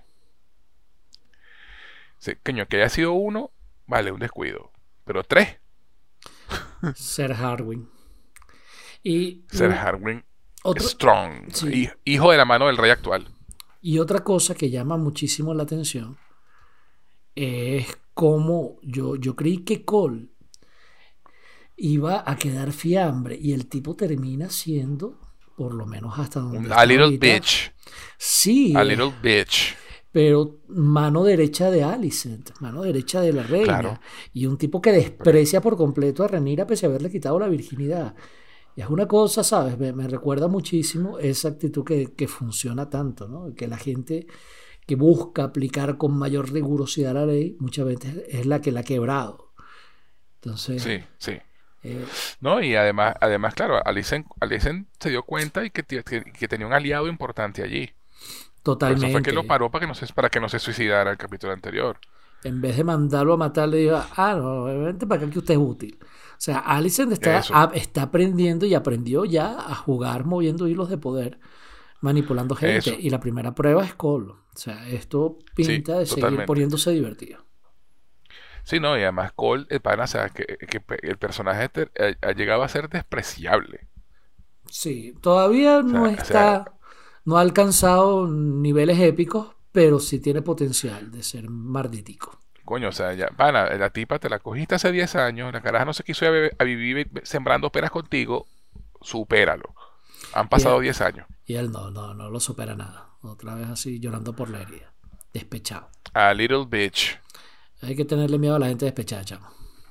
Speaker 1: Coño, que haya sido uno, vale, un descuido. Pero tres,
Speaker 2: Ser Harwin. Y
Speaker 1: Ser Harwin
Speaker 2: otro,
Speaker 1: Strong,
Speaker 2: sí,
Speaker 1: hijo de la mano del rey actual.
Speaker 2: y otra cosa que llama muchísimo la atención es cómo yo creí que Cole iba a quedar fiambre y el tipo termina siendo, por lo menos hasta donde
Speaker 1: A
Speaker 2: está
Speaker 1: little
Speaker 2: ahorita,
Speaker 1: bitch.
Speaker 2: sí,
Speaker 1: A little bitch.
Speaker 2: pero mano derecha de Alicent, mano derecha de la
Speaker 1: Claro.
Speaker 2: reina, y un tipo que desprecia por completo a Rhaenyra pese a haberle quitado la virginidad. Y es una cosa, ¿sabes? Me recuerda muchísimo esa actitud que funciona tanto, ¿no? Que la gente que busca aplicar con mayor rigurosidad la ley muchas veces es la que la ha quebrado. Entonces,
Speaker 1: Sí, sí.
Speaker 2: eh,
Speaker 1: No, y además, claro, Alicent se dio cuenta y que tenía un aliado importante allí. Por eso fue que lo
Speaker 2: totalmente.
Speaker 1: paró para que no se suicidara el capítulo anterior.
Speaker 2: En vez de mandarlo a matar, le digo, no, vente para acá que usted es útil. O sea, Alicent está aprendiendo y aprendió ya a jugar moviendo hilos de poder, manipulando gente.
Speaker 1: Eso.
Speaker 2: Y la primera prueba es Cole. O sea, esto pinta de seguir poniéndose divertido.
Speaker 1: Sí, no, y además Cole, el pana, o sea, que el personaje ha llegado a ser despreciable.
Speaker 2: Sí, todavía no ha alcanzado niveles épicos, pero sí tiene potencial de ser mardítico.
Speaker 1: Coño, o sea, ya, pana, la tipa te la cogiste hace 10 años, la caraja no se quiso ir a vivir sembrando peras contigo, supéralo. Han pasado 10 años.
Speaker 2: Y él no lo supera nada. Otra vez así llorando por la herida. Despechado.
Speaker 1: A little bitch.
Speaker 2: Hay que tenerle miedo a la gente despechada, chamo.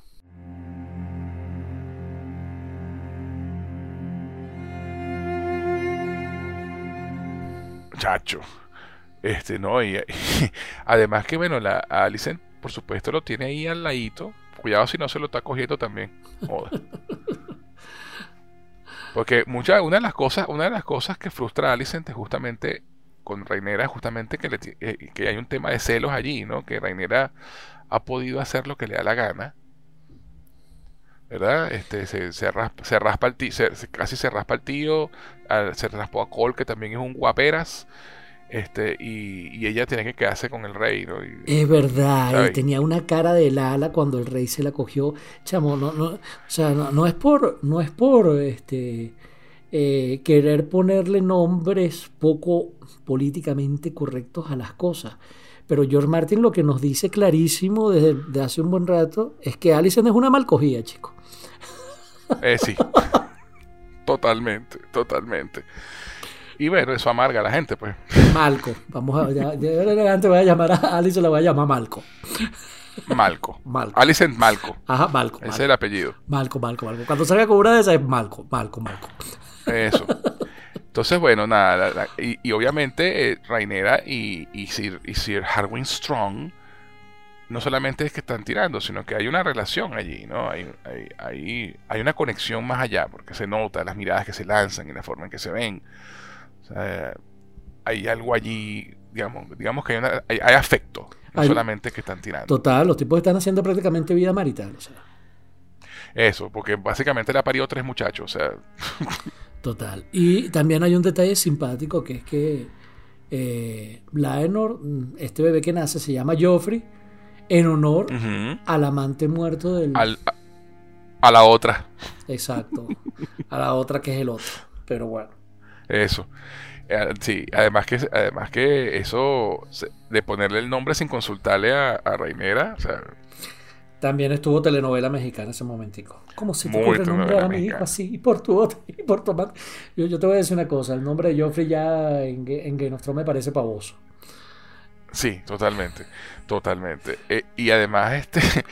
Speaker 1: Chacho. No, y además que, bueno, a Alicent, por supuesto, lo tiene ahí al ladito. Cuidado si no se lo está cogiendo también. Joder. Porque una de las cosas que frustra a Alicent es justamente con Rhaenyra, justamente que hay un tema de celos allí, ¿no? Que Rhaenyra ha podido hacer lo que le da la gana, ¿verdad? Se raspa el tío, casi se raspa el tío, se raspó a Cole, que también es un guaperas, y ella tiene que quedarse con el rey, ¿no?
Speaker 2: Es verdad, y tenía una cara de Lala cuando el rey se la cogió, chamo, o sea, no es por querer ponerle nombres poco políticamente correctos a las cosas. Pero George Martin lo que nos dice clarísimo desde hace un buen rato es que Alicent es una mal cogida, chico.
Speaker 1: Sí, totalmente. Y bueno, eso amarga a la gente, pues.
Speaker 2: Malco. Ya adelante voy a llamar a Alicent, la voy a llamar Malco.
Speaker 1: Malco. Alicent Malco.
Speaker 2: Ajá, Malco.
Speaker 1: Ese es el apellido.
Speaker 2: Malco. Cuando salga con una de esas es Malco.
Speaker 1: Eso. Entonces, bueno, nada. Y obviamente Rhaenyra y Sir Harwin Strong no solamente es que están tirando, sino que hay una relación allí, ¿no? Hay una conexión más allá, porque se nota las miradas que se lanzan y la forma en que se ven. O sea, hay algo allí, digamos que hay afecto, no solamente que están tirando.
Speaker 2: Total, los tipos están haciendo prácticamente vida marital, o sea.
Speaker 1: Eso, porque básicamente le ha parido 3 muchachos, o sea.
Speaker 2: Total. Y también hay un detalle simpático que es que Laenor, este bebé que nace, se llama Joffrey en honor al amante muerto del...
Speaker 1: A la otra.
Speaker 2: Exacto. A la otra que es el otro. Pero bueno.
Speaker 1: Eso. Sí, además que eso de ponerle el nombre sin consultarle a Rhaenyra, o sea...
Speaker 2: También estuvo telenovela mexicana ese momentico. ¿Cómo se te ocurre nombrar a mi hijo así? Y por tu amante. Yo te voy a decir una cosa. El nombre de Joffrey ya en Game of Thrones me parece pavoso.
Speaker 1: Sí, totalmente. Y además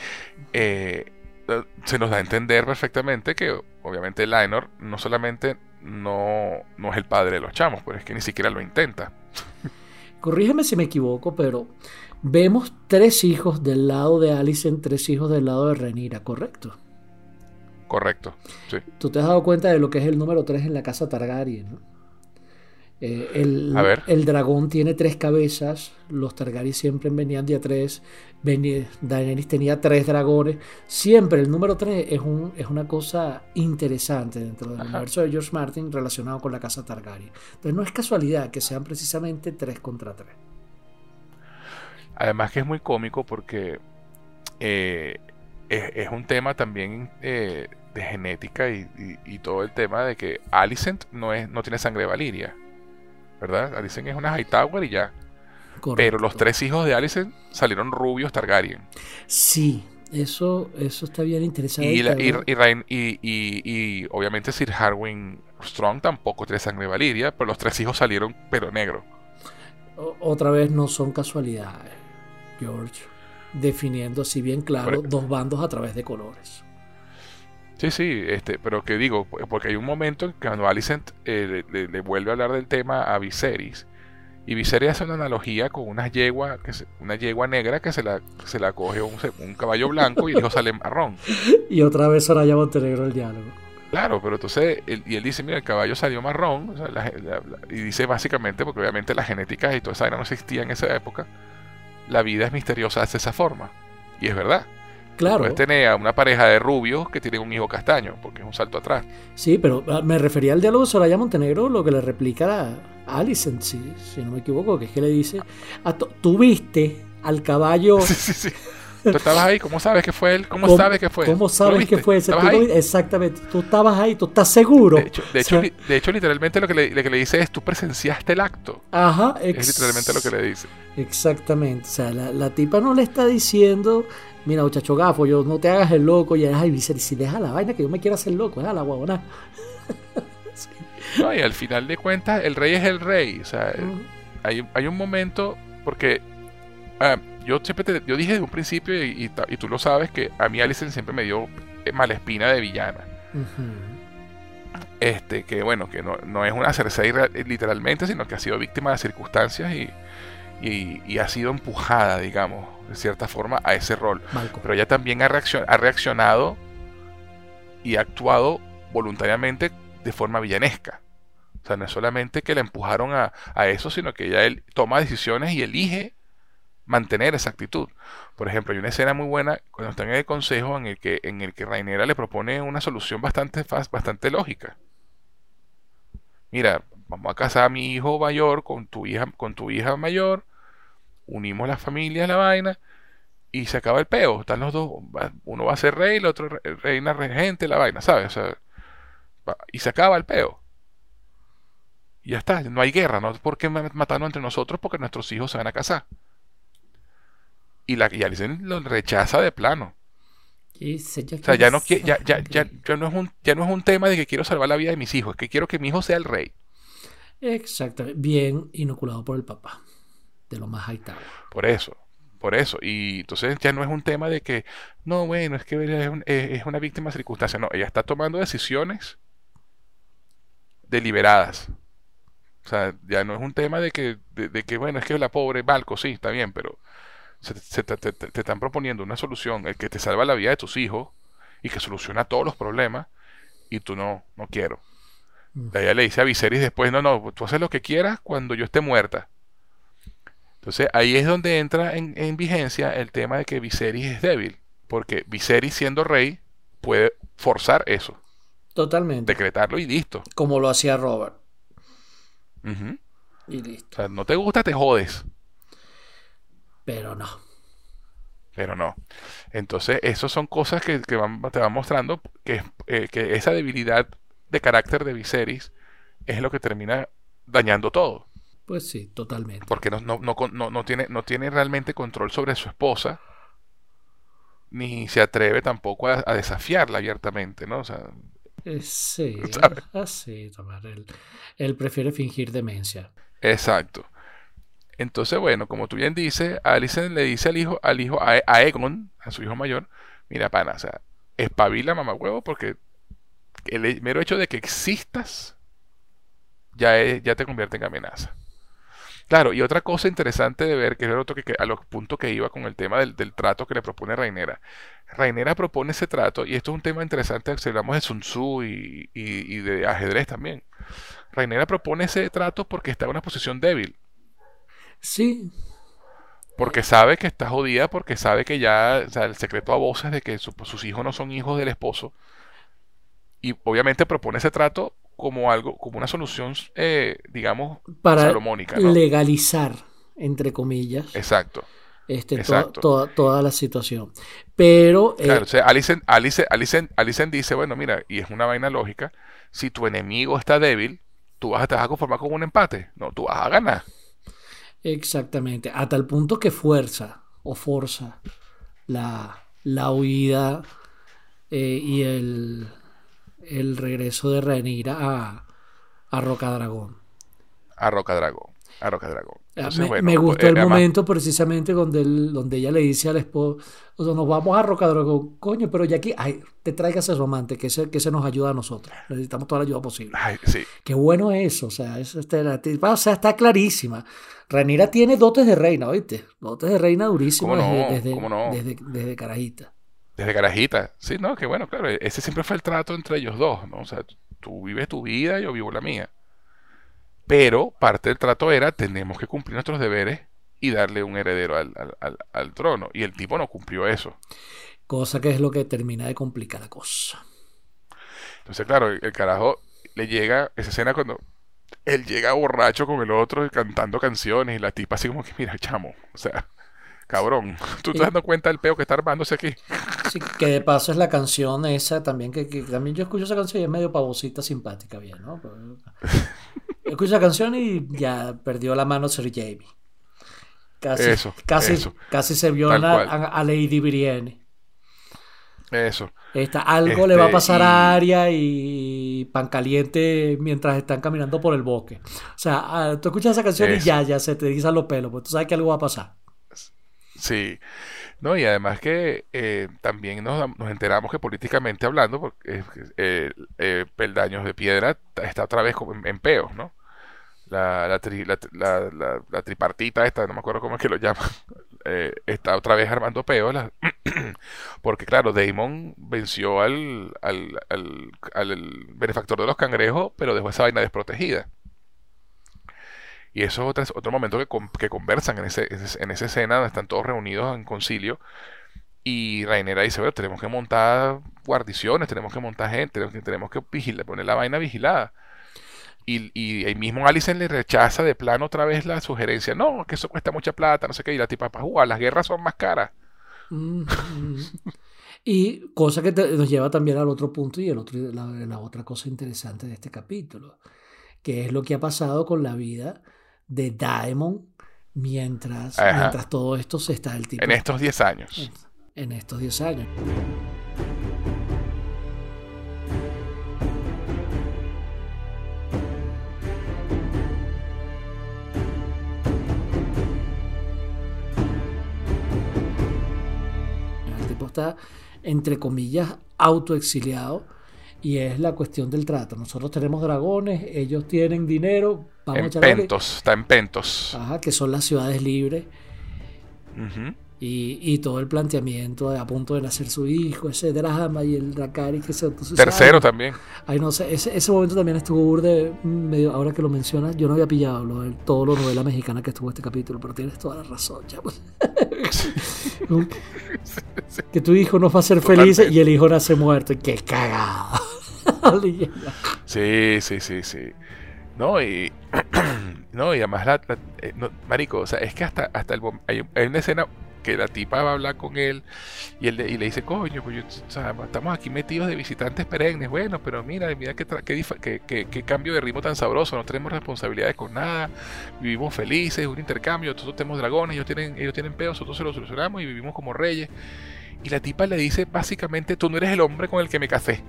Speaker 1: se nos da a entender perfectamente que obviamente Laenor no solamente no es el padre de los chamos, pero es que ni siquiera lo intenta.
Speaker 2: Corrígeme si me equivoco, pero vemos 3 hijos del lado de Alicent, 3 hijos del lado de Rhaenyra, ¿correcto?
Speaker 1: Correcto, sí.
Speaker 2: Tú te has dado cuenta de lo que es el número 3 en la casa Targaryen, ¿no? El dragón tiene 3 cabezas. Los Targaryen siempre venían de a 3. Daenerys tenía 3 dragones. Siempre el número 3 es una cosa interesante dentro del universo de George Martin relacionado con la casa Targaryen. Entonces no es casualidad que sean precisamente 3 contra 3.
Speaker 1: Además que es muy cómico porque es un tema también de genética y todo el tema de que Alicent no tiene sangre de Valyria, ¿verdad? Alicent es una Hightower y ya. Correcto. Pero los 3 hijos de Alicent salieron rubios Targaryen.
Speaker 2: Sí, eso está bien interesante.
Speaker 1: Y obviamente Sir Harwin Strong tampoco tiene sangre de Valyria, pero los 3 hijos salieron pero negros.
Speaker 2: Otra vez no son casualidades, George, definiendo así bien claro 2 bandos a través de colores.
Speaker 1: Sí, pero que digo, porque hay un momento en que cuando Alicent le vuelve a hablar del tema a Viserys, y Viserys hace una analogía con una yegua negra que se la coge un caballo blanco y el hijo sale marrón.
Speaker 2: Y otra vez Soraya Montenegro el diálogo.
Speaker 1: Claro, pero entonces él dice, mira, el caballo salió marrón, o sea, y dice básicamente, porque obviamente las genéticas y toda esa no existía en esa época, la vida es misteriosa de esa forma. Y es verdad.
Speaker 2: Claro.
Speaker 1: Puedes tener a una pareja de rubios que tienen un hijo castaño, porque es un salto atrás.
Speaker 2: Sí, pero me refería al diálogo de Soraya Montenegro, lo que le replica a Alicent, si no me equivoco, que es que le dice, tú viste al caballo...
Speaker 1: Sí. Tú estabas ahí, ¿cómo sabes que fue él? ¿Cómo sabes que fue él?
Speaker 2: ¿Cómo sabes que fue ese?
Speaker 1: ¿Estabas ahí?
Speaker 2: Exactamente, tú estabas ahí, tú estás seguro.
Speaker 1: De hecho, literalmente lo que le dice es, tú presenciaste el acto.
Speaker 2: Ajá,
Speaker 1: es literalmente lo que le dice.
Speaker 2: Exactamente, o sea, la tipa no le está diciendo, mira, muchacho gafo, yo no te hagas el loco, y ay, Viserys, si deja la vaina que yo me quiero hacer loco, la guabona.
Speaker 1: Sí. No, y al final de cuentas, el rey es el rey. O sea, hay un momento, porque yo dije desde un principio, y tú lo sabes, que a mí Alicent siempre me dio mala espina de villana. Que bueno, que no es una Cersei literalmente, sino que ha sido víctima de circunstancias y ha sido empujada, digamos, de cierta forma, a ese rol.
Speaker 2: Malcolm.
Speaker 1: Pero ella también ha reaccionado y ha actuado voluntariamente de forma villanesca. O sea, no es solamente que la empujaron a eso, sino que ella toma decisiones y elige mantener esa actitud. Por ejemplo, hay una escena muy buena cuando están en el consejo en el que Rhaenyra le propone una solución bastante lógica. Mira, vamos a casar a mi hijo mayor con tu hija mayor, unimos las familias, la vaina, y se acaba el peo. Están los dos, uno va a ser rey, el otro reina regente, la vaina, ¿sabes? O sea, y se acaba el peo. Y ya está, no hay guerra, no hay por qué matarnos entre nosotros porque nuestros hijos se van a casar. Y Alicent lo rechaza de plano. O sea, ya no es un tema de que quiero salvar la vida de mis hijos, es que quiero que mi hijo sea el rey.
Speaker 2: Exactamente, bien inoculado por el papá, de lo más high tower.
Speaker 1: Por eso. Y entonces ya no es un tema de que, no, bueno, es que es una víctima de circunstancia. No, ella está tomando decisiones deliberadas. O sea, ya no es un tema de que bueno, es que la pobre Balco, sí, está bien, pero te están proponiendo una solución, el que te salva la vida de tus hijos y que soluciona todos los problemas, y tú no quiero. Ella le dice a Viserys después, no, tú haces lo que quieras cuando yo esté muerta. Entonces ahí es donde entra en vigencia el tema de que Viserys es débil, porque Viserys, siendo rey, puede forzar eso.
Speaker 2: Totalmente.
Speaker 1: Decretarlo y listo.
Speaker 2: Como lo hacía Robert.
Speaker 1: Y listo. O sea, no te gusta, te jodes.
Speaker 2: Pero no.
Speaker 1: Entonces, esas son cosas que te van mostrando que esa debilidad de carácter de Viserys es lo que termina dañando todo.
Speaker 2: Pues sí, totalmente.
Speaker 1: Porque no tiene realmente control sobre su esposa, ni se atreve tampoco a desafiarla abiertamente, ¿no? O sea,
Speaker 2: sí,
Speaker 1: ¿sabes?
Speaker 2: Así, tomar. Él prefiere fingir demencia.
Speaker 1: Exacto. Entonces, bueno, como tú bien dices, Alicent le dice a Aegon, a su hijo mayor, mira, pana, o sea, espabila, mamagüevo, porque el mero hecho de que existas ya te convierte en amenaza. Claro, y otra cosa interesante de ver, que es el otro a los puntos que iba con el tema del trato que le propone Rhaenyra. Rhaenyra propone ese trato, y esto es un tema interesante si hablamos de Sun Tzu y de ajedrez también. Rhaenyra propone ese trato porque está en una posición débil.
Speaker 2: Sí.
Speaker 1: Porque sabe que está jodida, porque sabe que ya, o sea, el secreto a voces de que sus hijos no son hijos del esposo. Y obviamente propone ese trato como una solución, digamos,
Speaker 2: para
Speaker 1: salomónica, ¿no?
Speaker 2: Legalizar, entre comillas.
Speaker 1: Exacto.
Speaker 2: Toda la situación. Pero
Speaker 1: claro, o sea, Alicent dice, bueno, mira, y es una vaina lógica, si tu enemigo está débil, te vas a conformar con un empate. No, tú vas a ganar.
Speaker 2: Exactamente, a tal punto que forza la huida y el regreso de Rhaenyra a Rocadragón.
Speaker 1: A Rocadragón. Entonces,
Speaker 2: me gustó el momento precisamente donde ella le dice al esposo, o sea, nos vamos a Rocadragón, coño, pero ya aquí, te traigas a su amante, que se nos ayuda a nosotros, necesitamos toda la ayuda posible.
Speaker 1: Sí.
Speaker 2: Qué bueno eso, o sea, está clarísima. Rhaenyra tiene dotes de reina, ¿oíste? Dotes de reina durísimas desde carajita.
Speaker 1: Desde carajita, sí, no, que bueno, claro, ese siempre fue el trato entre ellos dos, ¿no? O sea, tú vives tu vida, yo vivo la mía. Pero parte del trato era, tenemos que cumplir nuestros deberes y darle un heredero al trono. Y el tipo no cumplió eso.
Speaker 2: Cosa que es lo que termina de complicar la cosa.
Speaker 1: Entonces, claro, el carajo le llega esa escena cuando él llega borracho con el otro y cantando canciones y la tipa así como que, mira, chamo, o sea, cabrón, tú te
Speaker 2: Y,
Speaker 1: das dando cuenta del peo que está armándose aquí.
Speaker 2: sí, que de paso es la canción esa también, que también yo escucho esa canción y es medio pavosita, simpática, bien, ¿no? Pero, escucho esa canción y ya perdió la mano Sir Jamie. Casi,
Speaker 1: Eso,
Speaker 2: casi,
Speaker 1: eso,
Speaker 2: casi se vio
Speaker 1: tal cual,
Speaker 2: a Lady Brienne.
Speaker 1: eso.
Speaker 2: Algo le va a pasar a
Speaker 1: Y
Speaker 2: Arya y Pan Caliente mientras están caminando por el bosque. O sea, tú escuchas esa canción y
Speaker 1: eso,
Speaker 2: ya se te erizan los pelos, porque tú sabes que algo va a pasar.
Speaker 1: sí. No, y además que también nos enteramos que políticamente hablando, porque Peldaños de Piedra está otra vez como en peos, ¿no? La tripartita esta, no me acuerdo cómo es que lo llaman, está otra vez armando peos, porque claro, Daemon venció al benefactor de los cangrejos, pero dejó esa vaina desprotegida. Y eso es otro momento que conversan en esa escena donde están todos reunidos en concilio. Y Rhaenyra dice, bueno, tenemos que montar guarniciones, tenemos que montar gente, tenemos que poner la vaina vigilada. Y ahí mismo Alicent le rechaza de plano otra vez la sugerencia. No, que eso cuesta mucha plata, no sé qué. Y la tipa, las guerras son más caras.
Speaker 2: Mm, mm. Y cosa que nos lleva también al otro punto y la otra cosa interesante de este capítulo, que es lo que ha pasado con la vida de Daemon
Speaker 1: Ajá.
Speaker 2: mientras todo esto se está el
Speaker 1: En
Speaker 2: tipo
Speaker 1: estos 10 años.
Speaker 2: en estos 10 años. El tipo está, entre comillas, autoexiliado y es la cuestión del trato. Nosotros tenemos dragones, ellos tienen dinero, vamos a
Speaker 1: En
Speaker 2: echarle,
Speaker 1: Pentos, está en Pentos.
Speaker 2: ajá, que son las ciudades libres.
Speaker 1: Ujú.
Speaker 2: Y todo el planteamiento de a punto de nacer su hijo, ese drama y el Dracarys que se
Speaker 1: Tercero también.
Speaker 2: ay, no sé, ese momento también estuvo burde, medio, ahora que lo mencionas, yo no había pillado todo lo novela mexicana que estuvo este capítulo, pero tienes toda la razón, chamo. Que tu hijo no va a ser feliz y
Speaker 1: Totalmente.
Speaker 2: el hijo nace muerto, y qué cagado.
Speaker 1: Sí, sí, sí, sí. No, y no, y además no, marico, o sea, es que hasta hay una escena que la tipa va a hablar con él y le dice, coño, pues o sea, estamos aquí metidos de visitantes perennes, bueno, pero mira qué cambio de ritmo tan sabroso, no tenemos responsabilidades con nada, vivimos felices, un intercambio, nosotros tenemos dragones, ellos tienen pedos, nosotros se lo solucionamos y vivimos como reyes. Y la tipa le dice básicamente, tú no eres el hombre con el que me casé.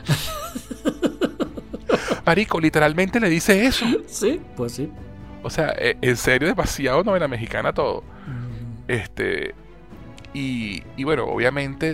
Speaker 1: Marico, literalmente le dice eso.
Speaker 2: Sí, pues sí.
Speaker 1: O sea, en serio, demasiado novela mexicana todo.
Speaker 2: Mm,
Speaker 1: Este, y bueno, obviamente,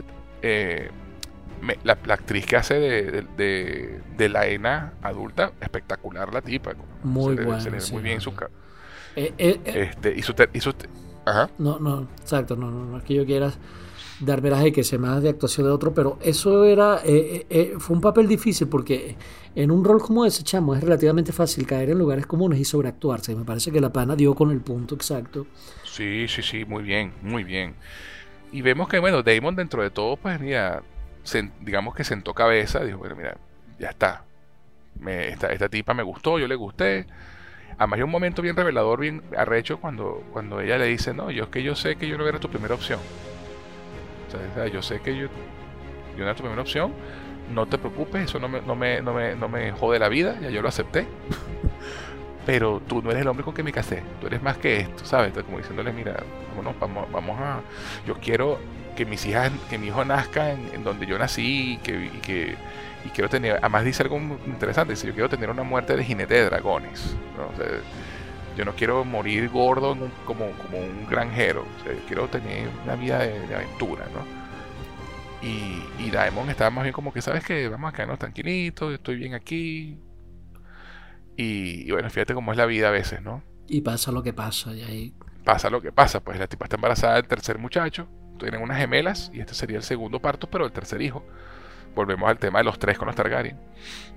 Speaker 1: la actriz que hace de la Ena adulta, espectacular la tipa.
Speaker 2: muy
Speaker 1: Se le
Speaker 2: bueno,
Speaker 1: ve
Speaker 2: sí,
Speaker 1: muy bien
Speaker 2: no, no.
Speaker 1: su.
Speaker 2: Eh, eh, eh,
Speaker 1: Ajá.
Speaker 2: no, no, exacto, no es que yo quiera darme las que se más de actuación de otro, pero eso era, fue un papel difícil porque en un rol como ese, chamo, es relativamente fácil caer en lugares comunes y sobreactuarse. Y me parece que la pana dio con el punto exacto.
Speaker 1: Sí, sí, sí, muy bien, muy bien. Y vemos que, bueno, Damon dentro de todo, pues mira, digamos que sentó cabeza, dijo, bueno, mira, ya está. Esta tipa me gustó, yo le gusté. Además hay un momento bien revelador, bien arrecho, cuando ella le dice, no, yo sé que yo no era tu primera opción. O sea, yo sé que yo no era tu primera opción, no te preocupes, eso no me jode la vida, ya yo lo acepté. Pero tú no eres el hombre con que me casé, tú eres más que esto, ¿sabes? Entonces, como diciéndole, mira, yo quiero que que mi hijo nazca en donde yo nací y quiero tener, además dice algo muy interesante, dice, yo quiero tener una muerte de jinete de dragones, ¿no? O sea, yo no quiero morir gordo como un granjero, o sea, quiero tener una vida de aventura, ¿no? Y Daemon estaba más bien como que, ¿sabes qué? Vamos a quedarnos tranquilitos, estoy bien aquí. Y bueno, fíjate cómo es la vida a veces, ¿no?
Speaker 2: Y pasa lo que pasa. Y ahí...
Speaker 1: Pasa lo que pasa, pues la tipa está embarazada del tercer muchacho, tienen unas gemelas y este sería el segundo parto, pero el tercer hijo. Volvemos al tema de los tres con los Targaryen.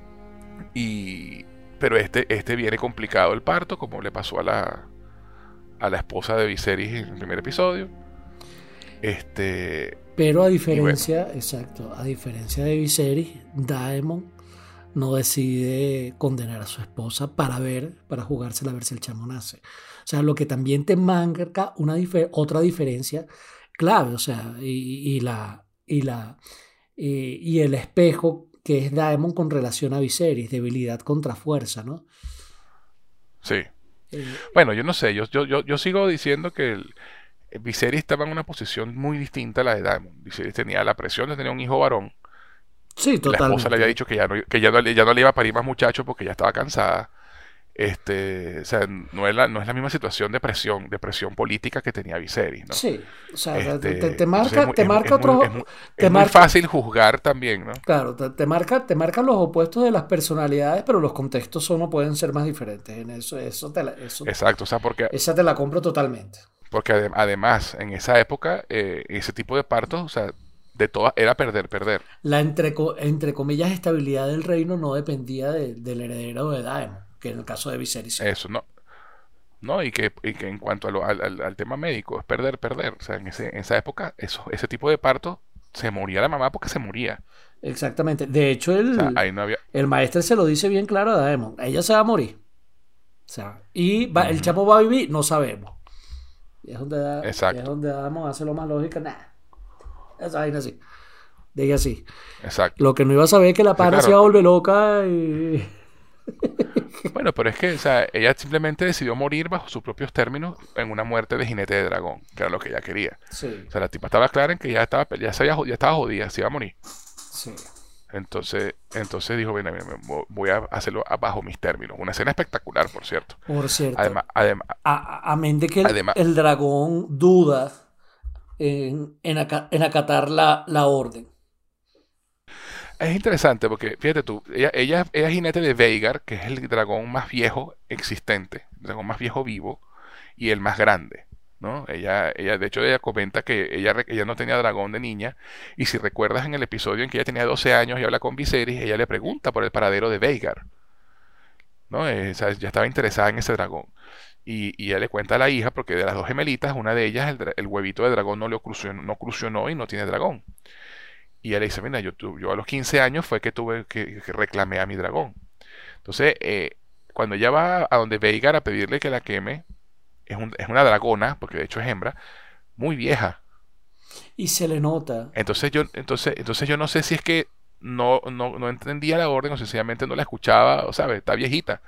Speaker 1: Pero este viene complicado el parto, como le pasó a la esposa de Viserys en el primer episodio.
Speaker 2: Pero a
Speaker 1: bueno,
Speaker 2: diferencia, exacto, a diferencia de Viserys, Daemon no decide condenar a su esposa para jugársela a ver si el chamo nace. O sea, lo que también te marca otra diferencia clave, o sea, y el espejo que es Daemon con relación a Viserys, debilidad contra fuerza, ¿no?
Speaker 1: sí.
Speaker 2: Eh,
Speaker 1: Bueno, yo no sé, yo sigo diciendo que Viserys estaba en una posición muy distinta a la de Daemon. Viserys tenía la presión de tener un hijo varón.
Speaker 2: sí,
Speaker 1: La esposa le había
Speaker 2: totalmente.
Speaker 1: dicho ya no le iba a parir más muchachos porque ya estaba cansada. O sea, no es la misma situación de presión política que tenía Viserys, ¿no?
Speaker 2: Sí, o sea, te
Speaker 1: Entonces
Speaker 2: marca, te marca otro, te
Speaker 1: es muy
Speaker 2: marca,
Speaker 1: fácil juzgar también, ¿no?
Speaker 2: claro, te marcan los opuestos de las personalidades, pero los contextos pueden ser más diferentes. En
Speaker 1: Exacto, o sea,
Speaker 2: esa te la compro totalmente.
Speaker 1: porque además en esa época ese tipo de partos, o sea, de todas era perder, perder.
Speaker 2: La entre comillas estabilidad del reino no dependía del heredero de Daemon, que en el caso de Viserys sí.
Speaker 1: Eso, ¿no? ¿No? Y que en cuanto al tema médico, es perder, perder. O sea, en esa época, ese tipo de parto, se moría la mamá porque se moría.
Speaker 2: Exactamente. De hecho,
Speaker 1: O sea, ahí no había.
Speaker 2: el maestro se lo dice bien claro a Daemon. Ella se va a morir. O sea, el
Speaker 1: Ujú,
Speaker 2: chamo va a vivir, no sabemos. Y es
Speaker 1: exacto,
Speaker 2: donde Daemon hace lo más lógico. Nah, esa vaina así. Diga así.
Speaker 1: exacto.
Speaker 2: Lo que no iba a saber es que la
Speaker 1: Entonces,
Speaker 2: pana se iba
Speaker 1: claro,
Speaker 2: a volver loca y...
Speaker 1: bueno, pero es que, o sea, ella simplemente decidió morir bajo sus propios términos en una muerte de jinete de dragón, que era lo que ella quería.
Speaker 2: Sí,
Speaker 1: O sea, la tipa estaba clara en que ya estaba jodida, se iba a morir.
Speaker 2: sí.
Speaker 1: Entonces dijo, bueno, voy a hacerlo bajo mis términos. Una escena espectacular, por cierto.
Speaker 2: Por cierto,
Speaker 1: Además, además,
Speaker 2: amén de que
Speaker 1: además,
Speaker 2: el dragón duda en acatar la orden.
Speaker 1: es interesante porque, fíjate tú, ella es jinete de Veigar, que es el dragón más viejo existente, el dragón más viejo vivo y el más grande, ¿no? De hecho, ella comenta que ella no tenía dragón de niña, y si recuerdas en el episodio en que ella tenía 12 años y habla con Viserys, ella le pregunta por el paradero de Veigar, ¿no? O sea, ya estaba interesada en ese dragón. Y ella le cuenta a la hija, porque de las dos gemelitas, una de ellas, el huevito de dragón no eclosionó y no tiene dragón. Y ella le dice, mira, yo a los 15 años fue que tuve que reclamé a mi dragón. Entonces, cuando ella va a donde Veigar a pedirle que la queme, es una dragona, porque de hecho es hembra, muy vieja.
Speaker 2: Y se le nota.
Speaker 1: Entonces yo no sé si es que no entendía la orden o sencillamente no la escuchaba, o sabes, está viejita.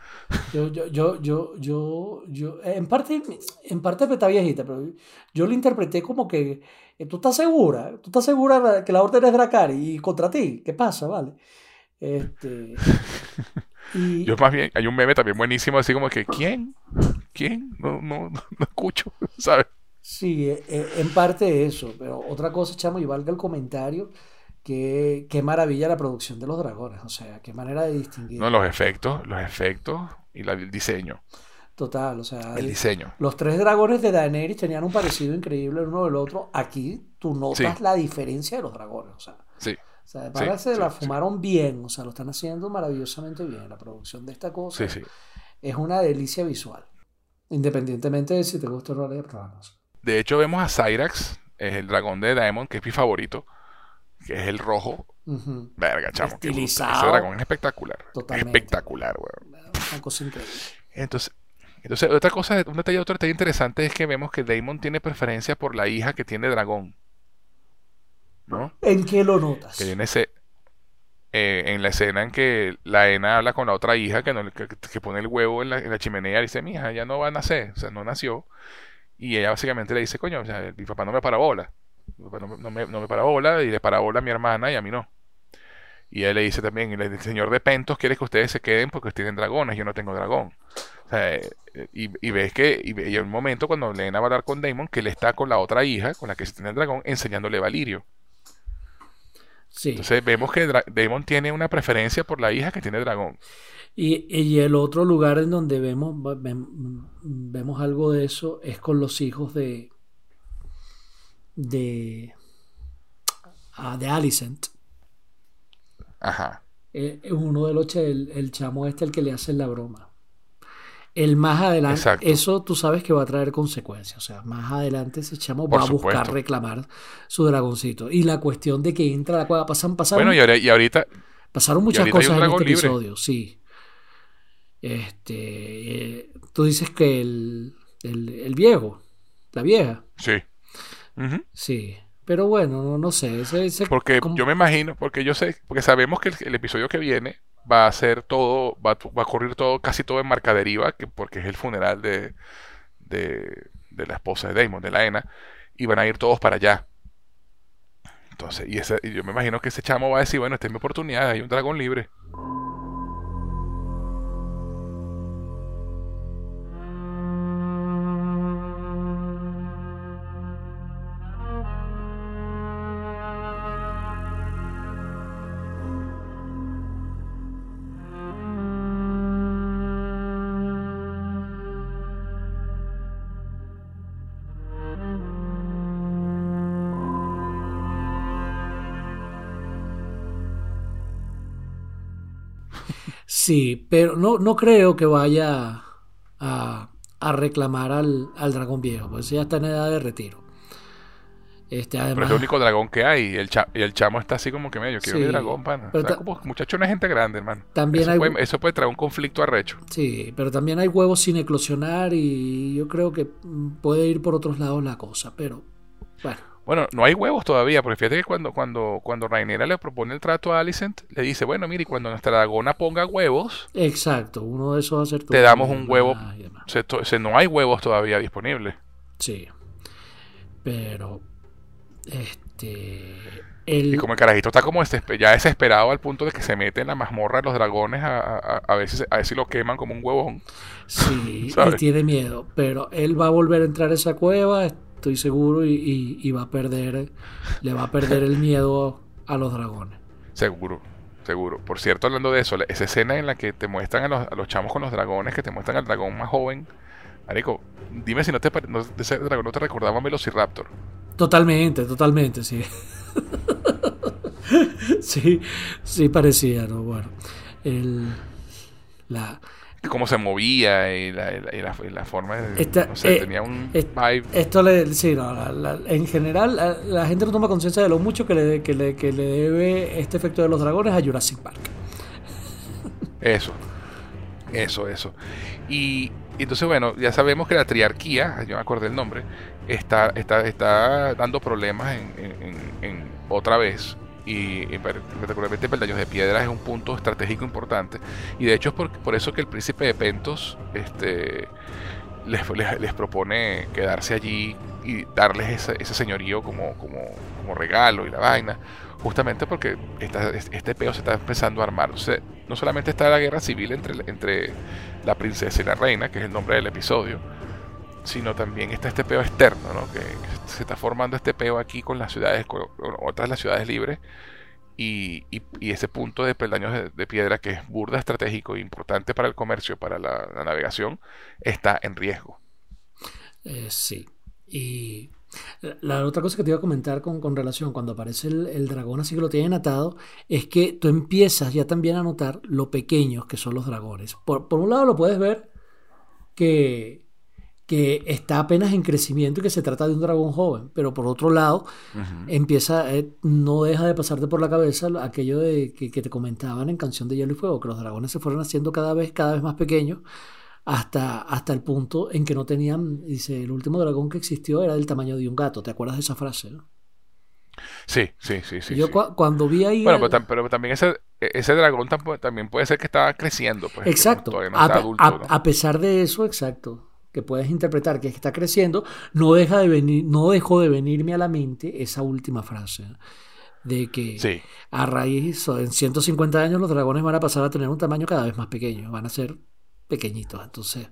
Speaker 2: En parte está viejita, pero yo lo interpreté como que tú estás segura que la orden es Dracari y contra ti, ¿qué pasa, vale? Este,
Speaker 1: Yo
Speaker 2: y
Speaker 1: más bien, hay un meme también buenísimo, así como que, ¿quién? ¿Quién? No escucho, ¿sabes?
Speaker 2: sí, en parte eso, pero otra cosa, chamo, y valga el comentario, que qué maravilla la producción de los dragones, o sea, qué manera de
Speaker 1: No,
Speaker 2: distinguirlos.
Speaker 1: los efectos y el diseño.
Speaker 2: Total, o sea,
Speaker 1: El diseño.
Speaker 2: los tres dragones de Daenerys tenían un parecido increíble el uno del otro. Aquí tú
Speaker 1: Sí,
Speaker 2: notas la diferencia de los dragones,
Speaker 1: sí,
Speaker 2: o sea, de
Speaker 1: sí,
Speaker 2: pana se
Speaker 1: sí,
Speaker 2: la
Speaker 1: sí,
Speaker 2: fumaron bien, o sea, lo están haciendo maravillosamente bien. La producción de esta
Speaker 1: sí,
Speaker 2: cosa
Speaker 1: sí.
Speaker 2: es una delicia visual, independientemente de si te gusta Role de Ramos.
Speaker 1: De hecho, vemos a Cyrax, es el dragón de Daemon, que es mi favorito, que es el rojo.
Speaker 2: Ujú.
Speaker 1: Verga, chamo, qué bruto. Ese dragón
Speaker 2: Estilizado
Speaker 1: es espectacular.
Speaker 2: totalmente,
Speaker 1: Espectacular, weón.
Speaker 2: una cosa increíble.
Speaker 1: Entonces, otro detalle interesante es que vemos que Daemon tiene preferencia por la hija que tiene dragón, ¿no?
Speaker 2: ¿En qué lo
Speaker 1: Que
Speaker 2: notas?
Speaker 1: viene en la escena en que la Ena habla con la otra hija que pone el huevo en la chimenea y dice, mi hija ya no va a nacer, o sea, no nació. Y ella básicamente le dice, coño, o sea, mi papá no me para bola. Mi papá no me para bola y le para bola a mi hermana y a mí no. Y él le dice también, el señor de Pentos quiere que ustedes se queden porque tienen dragones, yo no tengo dragón. O sea, y ves y hay un momento cuando Lena va a hablar con Daemon que él está con la otra hija, con la que se tiene el dragón, enseñándole Valirio.
Speaker 2: Sí.
Speaker 1: Entonces vemos que Daemon tiene una preferencia por la hija que tiene dragón.
Speaker 2: Y el otro lugar en donde vemos algo de eso es con los hijos de, de Alicent.
Speaker 1: Ajá.
Speaker 2: Uno de los el chamo el que le hace la broma. El más adelante,
Speaker 1: Exacto,
Speaker 2: eso tú sabes que va a traer consecuencias. O sea, más adelante ese chamo va
Speaker 1: por
Speaker 2: a buscar
Speaker 1: supuesto.
Speaker 2: reclamar su dragoncito. Y la cuestión de que entra a la cueva,
Speaker 1: Bueno,
Speaker 2: pasaron
Speaker 1: y
Speaker 2: muchas
Speaker 1: ahorita hay un
Speaker 2: cosas en este
Speaker 1: dragón libre.
Speaker 2: episodio, sí. Tú dices que el viejo, la vieja,
Speaker 1: Sí. Ujú.
Speaker 2: sí. Pero bueno, no sé,
Speaker 1: Porque yo
Speaker 2: como-
Speaker 1: me imagino, porque yo sé, porque sabemos que el episodio que viene va a ser todo, va a ocurrir todo, casi todo en Marcaderiva, porque es el funeral de la esposa de Damon, de la Ena, y van a ir todos para allá. Entonces, y yo me imagino que ese chamo va a decir, bueno, esta es mi oportunidad, hay un dragón libre.
Speaker 2: sí, pero no creo que vaya a reclamar al dragón viejo, pues ya está en edad de retiro.
Speaker 1: Pero es el
Speaker 2: Además,
Speaker 1: único dragón que hay, y el chamo está así como que, "Mira, yo quiero mi
Speaker 2: sí,
Speaker 1: dragón, pana". O
Speaker 2: pero
Speaker 1: sea, como muchacho no es gente grande, hermano.
Speaker 2: también hay,
Speaker 1: Eso puede traer un conflicto arrecho.
Speaker 2: sí, pero también hay huevos sin eclosionar y yo creo que puede ir por otros lados la cosa, pero bueno,
Speaker 1: Bueno, no hay huevos todavía, porque fíjate que cuando Rhaenyra le propone el trato a Alicent, le dice, bueno, mire, y cuando nuestra dragona ponga huevos,
Speaker 2: exacto, uno de esos va a ser
Speaker 1: te
Speaker 2: tuyo
Speaker 1: damos
Speaker 2: y
Speaker 1: un huevo.
Speaker 2: demás y demás.
Speaker 1: No hay huevos todavía disponibles.
Speaker 2: Sí, pero
Speaker 1: Y
Speaker 2: el
Speaker 1: como el carajito está como ya desesperado al punto de que se mete en la mazmorra de los dragones a ver si lo queman como un huevón,
Speaker 2: sí, y
Speaker 1: ¿sabes?
Speaker 2: tiene miedo, pero él va a volver a entrar a esa cueva, estoy seguro, y va a perder, le va a perder el miedo a los dragones.
Speaker 1: Seguro, seguro. Por cierto, hablando de eso, esa escena en la que te muestran a los chamos con los dragones, que te muestran al dragón más joven, marico, dime si ese dragón no te recordaba a un Velociraptor.
Speaker 2: Totalmente, totalmente, sí. Sí, sí parecía, ¿no? Bueno, el, la,
Speaker 1: Cómo se movía y la forma de,
Speaker 2: esta,
Speaker 1: no sé, tenía un
Speaker 2: es-
Speaker 1: vibe.
Speaker 2: esto sí, no, en general la gente no toma conciencia de lo mucho que le debe este efecto de los dragones a Jurassic Park.
Speaker 1: Eso, eso. Y entonces, bueno, ya sabemos que la triarquía, yo me acordé el nombre, está dando problemas otra vez. Y particularmente Peldaños de Piedra es un punto estratégico importante. Y de hecho es por eso que el príncipe de Pentos les propone quedarse allí y darles ese señorío como regalo y la vaina. Justamente porque este peo se está empezando a armar. O sea, no solamente está la guerra civil entre la princesa y la reina, que es el nombre del episodio, sino también está este peo externo, ¿no? Que se está formando este peo aquí con las ciudades, con otras las ciudades libres, y ese punto de peldaños de piedra que es burda estratégico e importante para el comercio, para la navegación, está en riesgo.
Speaker 2: Sí. Y la otra cosa que te iba a comentar con relación, cuando aparece el dragón así que lo tienen atado, es que tú empiezas ya también a notar lo pequeños que son los dragones. Por un lado lo puedes ver que, que está apenas en crecimiento y que se trata de un dragón joven, pero por otro lado
Speaker 1: Ujú.
Speaker 2: no deja de pasarte por la cabeza aquello que te comentaban en Canción de Hielo y Fuego, que los dragones se fueron haciendo cada vez más pequeños hasta el punto en que no tenían, dice, el último dragón que existió era del tamaño de un gato, ¿te acuerdas de esa frase? ¿No?
Speaker 1: Sí, sí, sí,
Speaker 2: Y
Speaker 1: sí,
Speaker 2: yo
Speaker 1: sí.
Speaker 2: cuando vi ahí
Speaker 1: Bueno, pero también ese dragón también puede ser que está creciendo, pues, que
Speaker 2: exacto,
Speaker 1: todavía no está adulto, ¿no?
Speaker 2: a pesar de eso, exacto, que puedes interpretar que está creciendo, no dejó de venirme a la mente esa última frase, ¿no? De que
Speaker 1: Sí,
Speaker 2: a raíz, o en 150 años los dragones van a pasar a tener un tamaño cada vez más pequeño, van a ser pequeñitos, entonces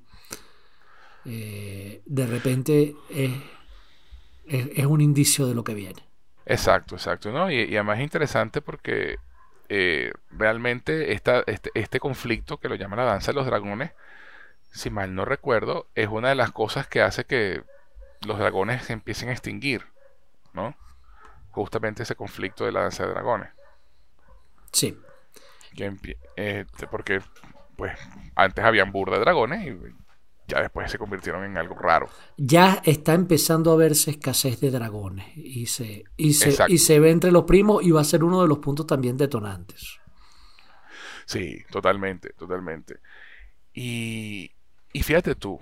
Speaker 2: de repente es un indicio de lo que viene.
Speaker 1: exacto, exacto, ¿no? Y además es interesante porque realmente este conflicto que lo llama la danza de los dragones, si mal no recuerdo, es una de las cosas que hace que los dragones se empiecen a extinguir, ¿no? Justamente ese conflicto de la danza de dragones.
Speaker 2: Sí,
Speaker 1: Porque, pues, antes habían burda de dragones ya después se convirtieron en algo raro.
Speaker 2: Ya está empezando a verse escasez de dragones y
Speaker 1: Exacto.
Speaker 2: se ve entre los primos y va a ser uno de los puntos también detonantes.
Speaker 1: Sí, totalmente, totalmente. Y, y fíjate tú,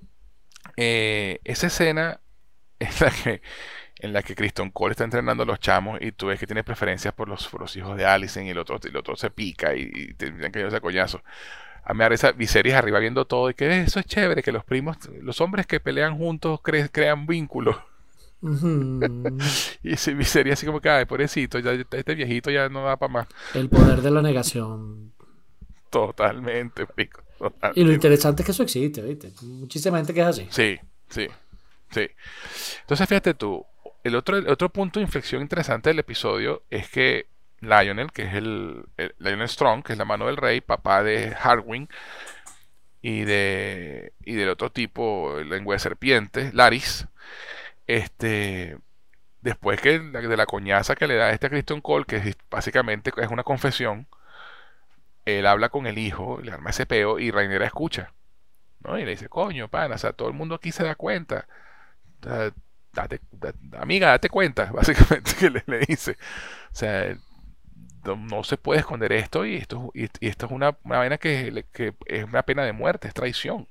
Speaker 1: esa escena en la que Kristen Cole está entrenando a los chamos y tú ves que tiene preferencias por los hijos de Alicent y el otro se pica y tienen que irse a coñazo. A mí me da esa Viserys arriba viendo todo y que eso es chévere, que los primos, los hombres que pelean juntos crean vínculos.
Speaker 2: Ujú.
Speaker 1: Y ese Viserys así como que, ay, pobrecito, ya, este viejito ya no da para más.
Speaker 2: El poder de la negación.
Speaker 1: Totalmente, pico,
Speaker 2: Y lo
Speaker 1: totalmente.
Speaker 2: interesante es que eso existe, ¿viste? Muchísima gente que es así.
Speaker 1: Sí, sí, sí. Entonces fíjate tú, el otro punto de inflexión interesante del episodio es que Lionel, que es el Lionel Strong, que es la mano del rey, papá de Harwin y del otro tipo, el lengua de serpiente, Laris, este, después de la coñaza que le da a Kristen Cole, que básicamente es una confesión, él habla con el hijo, le arma ese peo y Rhaenyra escucha, ¿no? Y le dice, coño, pana, o sea, todo el mundo aquí se da cuenta. O sea, amiga, date cuenta, básicamente que le dice. O sea, no se puede esconder esto y esto es una vaina que es una pena de muerte, es traición.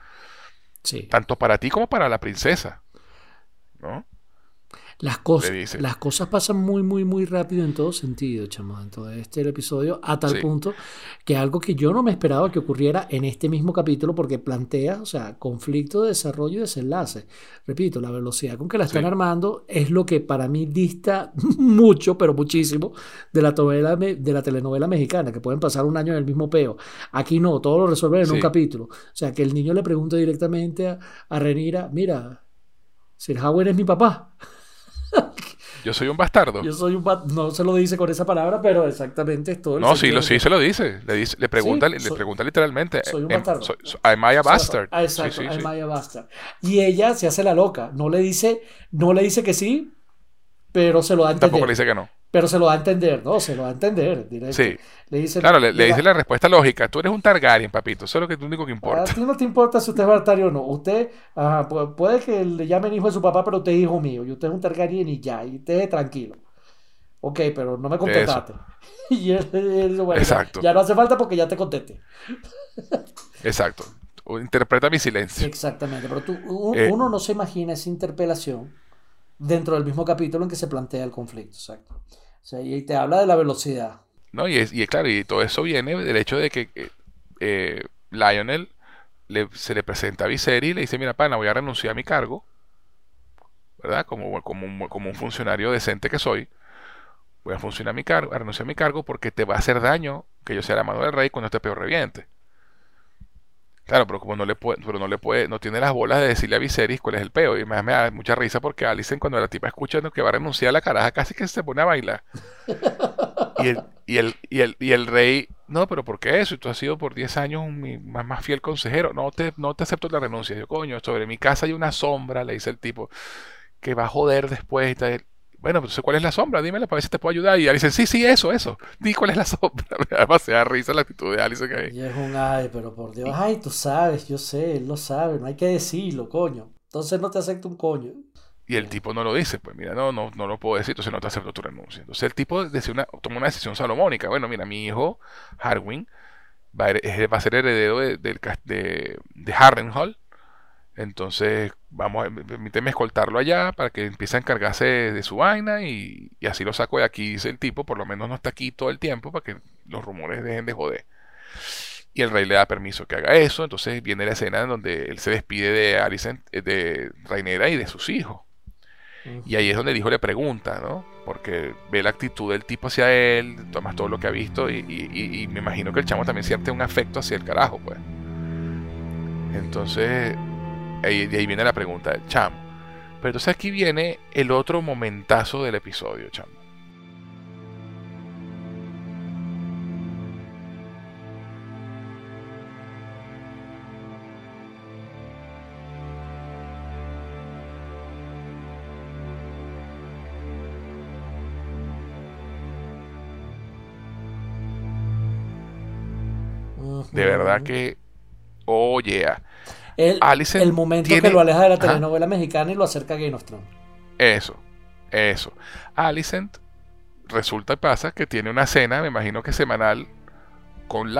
Speaker 2: Sí.
Speaker 1: Tanto para ti como para la princesa, ¿no? Le dice.
Speaker 2: Las cosas pasan muy, muy, muy rápido en todo sentido, chamo, en todo este episodio, a tal
Speaker 1: Sí,
Speaker 2: punto que algo que yo no me esperaba que ocurriera en este mismo capítulo, porque plantea, o sea, conflicto de desarrollo y desenlace. Repito, la velocidad con que la están
Speaker 1: sí,
Speaker 2: armando es lo que para mí dista mucho, pero muchísimo, de la telenovela mexicana, que pueden pasar un año en el mismo peo. Aquí no, todo lo resuelven en un
Speaker 1: sí.
Speaker 2: capítulo. O sea, que el niño le pregunta directamente a Renira, mira, Sir Howard es mi papá.
Speaker 1: Yo soy un bastardo.
Speaker 2: Yo soy no se lo dice con esa palabra, pero exactamente es todo el
Speaker 1: No, sí,
Speaker 2: sentido del
Speaker 1: sí se
Speaker 2: tema.
Speaker 1: lo dice. Le pregunta,
Speaker 2: Sí,
Speaker 1: le pregunta literalmente,
Speaker 2: soy un bastardo.
Speaker 1: Am I a bastard? Sí,
Speaker 2: Exacto,
Speaker 1: sí,
Speaker 2: I'm
Speaker 1: sí.
Speaker 2: Maya Bastard. Y ella se hace la loca, no le dice que sí, pero se lo da a
Speaker 1: Tampoco le
Speaker 2: entender.
Speaker 1: dice que no.
Speaker 2: Pero se lo da a entender, ¿no? Se lo da a entender directo.
Speaker 1: Sí.
Speaker 2: Le dice,
Speaker 1: Claro, le dice
Speaker 2: mira,
Speaker 1: la respuesta lógica. Tú eres un Targaryen, papito. Eso es lo único que
Speaker 2: a
Speaker 1: importa.
Speaker 2: ti no te importa si usted es Bartario o no. Usted, puede que le llamen hijo de su papá, pero usted es hijo mío. Y usted es un Targaryen y ya, y usted es tranquilo. Ok, pero no me
Speaker 1: Eso.
Speaker 2: contestaste. Y él dice, bueno,
Speaker 1: Exacto.
Speaker 2: ya no hace falta porque ya te contesté.
Speaker 1: Exacto. Interpreta mi silencio.
Speaker 2: Exactamente, pero
Speaker 1: Eh,
Speaker 2: uno no se imagina esa interpelación dentro del mismo capítulo en que se plantea el conflicto, exacto. O sea, y te habla de la velocidad.
Speaker 1: no, y claro, y todo eso viene del hecho de que Lionel se le presenta a Viserys y le dice, mira, pana, voy a renunciar a mi cargo, ¿verdad? Como un funcionario decente que soy. Voy a renunciar a mi cargo porque te va a hacer daño que yo sea la mano del rey cuando este peor reviente. Claro, pero como no tiene las bolas de decirle a Viserys cuál es el peo. Y me da mucha risa porque Alicent cuando la tipa escucha que va a renunciar a la caraja casi que se pone a bailar. Y el rey, no, pero ¿por qué eso? Y tú has sido por 10 años mi más fiel consejero. No te acepto la renuncia. Yo, coño, sobre mi casa hay una sombra, le dice el tipo, que va a joder después. Y tal. Bueno, pues ¿cuál es la sombra? Dímela para ver si te puedo ayudar. Y Alicent, sí, sí, eso. Di cuál es la sombra. Además, se da risa la actitud de Alicent ahí.
Speaker 2: Y es un ay, pero por Dios,
Speaker 1: Y,
Speaker 2: ay, tú sabes, yo sé, él lo sabe, no hay que decirlo, coño. Entonces no te acepto un coño.
Speaker 1: y el tipo no lo dice, pues mira, no lo puedo decir, entonces no te acepto tu renuncia. Entonces el tipo toma una decisión salomónica. Bueno, mira, mi hijo, Harwin, va a ser heredero de Harrenhal. Entonces, permíteme escoltarlo allá para que empiece a encargarse de su vaina y así lo saco de aquí, dice el tipo, por lo menos no está aquí todo el tiempo para que los rumores dejen de joder. Y el rey le da permiso que haga eso, entonces viene la escena en donde él se despide de Alicent, de Rhaenyra y de sus hijos. Y ahí es donde el hijo le pregunta, ¿no? Porque ve la actitud del tipo hacia él, tomas todo lo que ha visto y me imagino que el chamo también siente un afecto hacia el carajo, pues. Entonces, de ahí viene la pregunta del chamo. Pero entonces aquí viene el otro momentazo del episodio, chamo. De verdad
Speaker 2: Ujú.
Speaker 1: que, oh yeah.
Speaker 2: El momento
Speaker 1: tiene...
Speaker 2: que lo aleja de la telenovela mexicana y lo acerca a Game of Thrones.
Speaker 1: Eso. Alicent resulta y pasa que tiene una cena, me imagino que semanal, con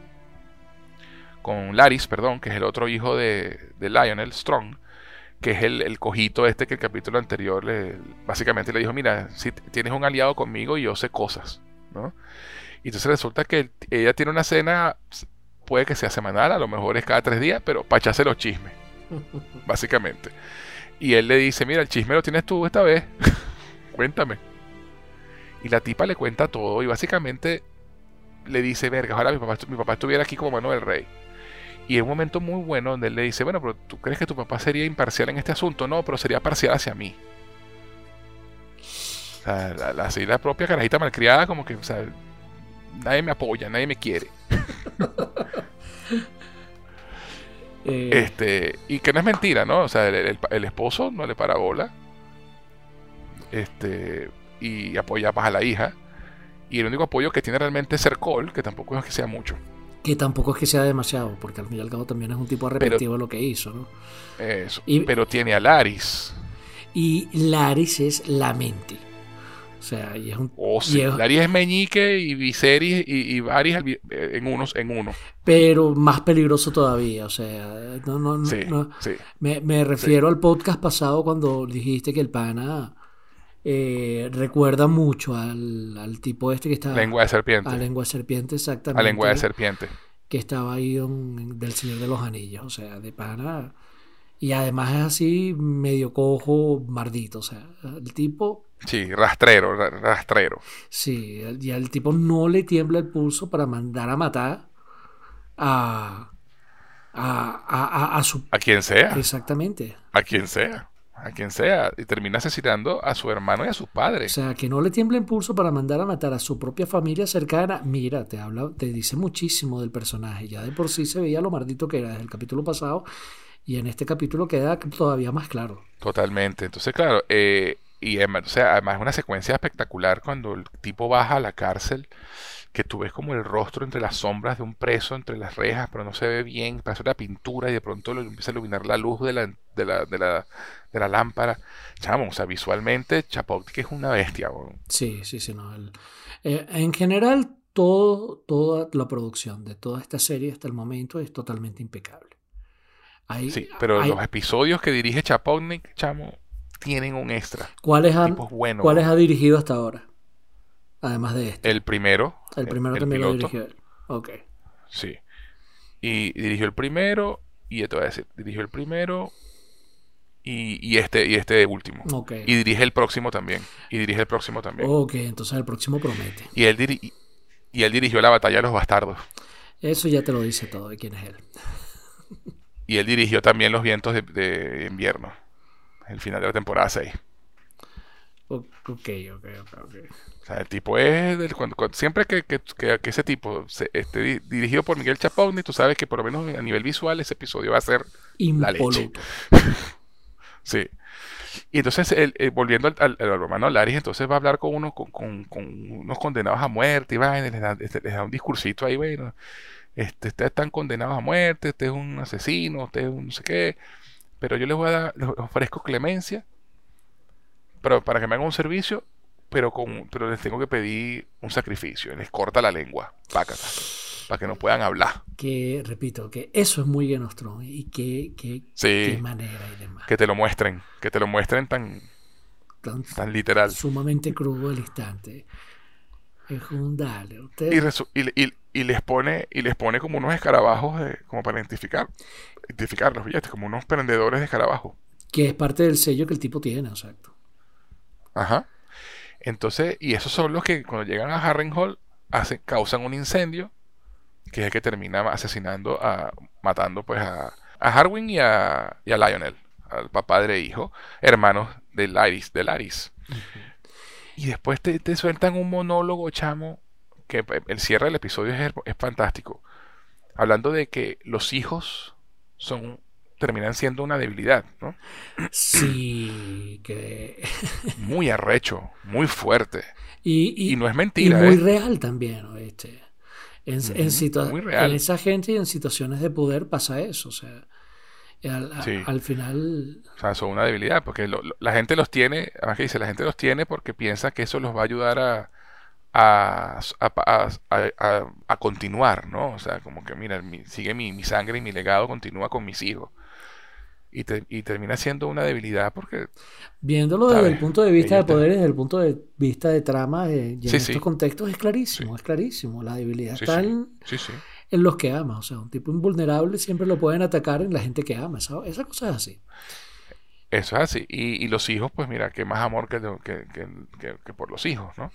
Speaker 1: Larys, perdón, que es el otro hijo de Lionel Strong, que es el cojito este que el capítulo anterior básicamente le dijo, mira, si tienes un aliado conmigo y yo sé cosas, ¿no? Y entonces resulta que ella tiene una cena, puede que sea semanal, a lo mejor es cada 3 días, pero para echarse los chismes, básicamente. Y él le dice, mira, el chisme lo tienes tú esta vez, cuéntame. Y la tipa le cuenta todo y básicamente le dice, verga, ojalá mi papá estuviera aquí como mano del rey. Y es un momento muy bueno donde él le dice, bueno, pero ¿tú crees que tu papá sería imparcial en este asunto? No, pero sería parcial hacia mí. O sea, así la propia carajita malcriada, como que, o sea, nadie me apoya, nadie me quiere. Y que no es mentira, ¿no? O sea, el esposo no le para bola. Y apoya más a la hija. Y el único apoyo que tiene realmente es Ser Cole, que tampoco es que sea mucho.
Speaker 2: Que tampoco es que sea demasiado, porque al fin y al cabo también es un tipo arrepentido de lo que hizo, ¿no?
Speaker 1: Eso. Pero tiene a Larys.
Speaker 2: Y Larys es la mente. O sea, y es un...
Speaker 1: Larys es Meñique y Viserys y Varys en uno.
Speaker 2: Pero más peligroso todavía, o sea, no.
Speaker 1: Sí.
Speaker 2: Me refiero al podcast pasado cuando dijiste que el pana recuerda mucho al tipo este que estaba...
Speaker 1: Lengua de serpiente.
Speaker 2: A Lengua de serpiente, exactamente.
Speaker 1: A Lengua de serpiente.
Speaker 2: Que estaba ahí del Señor de los Anillos, o sea, de pana. Y además es así medio cojo, mardito, o sea, el tipo...
Speaker 1: Sí, rastrero.
Speaker 2: Sí, y al tipo no le tiembla el pulso para mandar a matar a su...
Speaker 1: A quien sea.
Speaker 2: Exactamente.
Speaker 1: A quien sea. Y termina asesinando a su hermano y a sus padres.
Speaker 2: O sea, que no le tiembla el pulso para mandar a matar a su propia familia cercana. Mira, te dice muchísimo del personaje. Ya de por sí se veía lo maldito que era desde el capítulo pasado. Y en este capítulo queda todavía más claro.
Speaker 1: Totalmente. Entonces, claro, además es una secuencia espectacular cuando el tipo baja a la cárcel, que tú ves como el rostro entre las sombras de un preso, entre las rejas, pero no se ve bien, parece una pintura y de pronto lo empieza a iluminar la luz de la lámpara. Chamo, o sea, visualmente Chapoctik es una bestia. Bro.
Speaker 2: Sí, no. En general, toda la producción de toda esta serie hasta el momento es totalmente impecable.
Speaker 1: Pero los episodios que dirige Chapoctik, chamo, tienen un extra.
Speaker 2: ¿Cuáles ha dirigido hasta ahora? Además de este.
Speaker 1: El primero.
Speaker 2: El primero también lo dirigió él. Ok.
Speaker 1: Sí. Y dirigió el primero. Y te voy a decir, dirigió el primero. Y este último.
Speaker 2: Okay.
Speaker 1: Y dirige el próximo también.
Speaker 2: Ok, entonces el próximo promete.
Speaker 1: Y él dirigió La Batalla de los Bastardos.
Speaker 2: Eso ya te lo dice todo de quién es él.
Speaker 1: Y él dirigió también Los Vientos de Invierno. El final de la temporada 6.
Speaker 2: Ok.
Speaker 1: O sea, el tipo es... siempre que ese tipo esté dirigido por Miguel Chapocnik, tú sabes que por lo menos a nivel visual ese episodio va a ser la leche. Sí. Y entonces, volviendo al hermano Larys, entonces va a hablar con unos condenados a muerte y les da un discursito ahí, bueno, ustedes están condenados a muerte, este es un asesino, este es un no sé qué, pero yo les ofrezco clemencia, pero para que me hagan un servicio, pero les tengo que pedir un sacrificio, les corta la lengua, pácata, para que no puedan hablar.
Speaker 2: Que, repito, que eso es muy Game of Thrones y qué manera y demás.
Speaker 1: Que te lo muestren tan literal.
Speaker 2: Sumamente crudo el instante. Es un dale.
Speaker 1: Y les pone como unos escarabajos como para identificarlos, ¿viste? Como unos prendedores de escarabajos.
Speaker 2: Que es parte del sello que el tipo tiene, exacto.
Speaker 1: Ajá. Entonces, y esos son los que cuando llegan a Harrenhal causan un incendio, que es el que termina matando pues a Harwin y a Lionel, al padre e hijo, hermanos de Larys. Uh-huh. Y después te sueltan un monólogo, chamo, que el cierre del episodio es fantástico, hablando de que los hijos terminan siendo una debilidad, ¿no?
Speaker 2: Sí, que...
Speaker 1: muy arrecho, muy fuerte.
Speaker 2: Y
Speaker 1: no es mentira.
Speaker 2: Y muy real también, ¿no?
Speaker 1: Muy real.
Speaker 2: En esa gente y en situaciones de poder pasa eso, o sea...
Speaker 1: Sí.
Speaker 2: Al final...
Speaker 1: O sea, son una debilidad, porque la gente los tiene, además que dice, la gente los tiene porque piensa que eso los va a ayudar a continuar, ¿no? O sea, como que mira, sigue mi sangre y mi legado continúa con mis hijos. Y termina siendo una debilidad porque,
Speaker 2: Viéndolo desde
Speaker 1: ¿sabes?
Speaker 2: el punto de vista de
Speaker 1: Ellos te...
Speaker 2: poder, desde el punto de vista de trama, y en
Speaker 1: Sí,
Speaker 2: estos
Speaker 1: sí,
Speaker 2: contextos es
Speaker 1: sí,
Speaker 2: clarísimo, es clarísimo. La debilidad
Speaker 1: sí,
Speaker 2: está
Speaker 1: sí, sí, sí.
Speaker 2: en los que ama. O sea, un tipo invulnerable siempre lo pueden atacar en la gente que ama. Esa cosa es así.
Speaker 1: Eso es así. Y los hijos, pues mira, qué más amor que por los hijos, ¿no?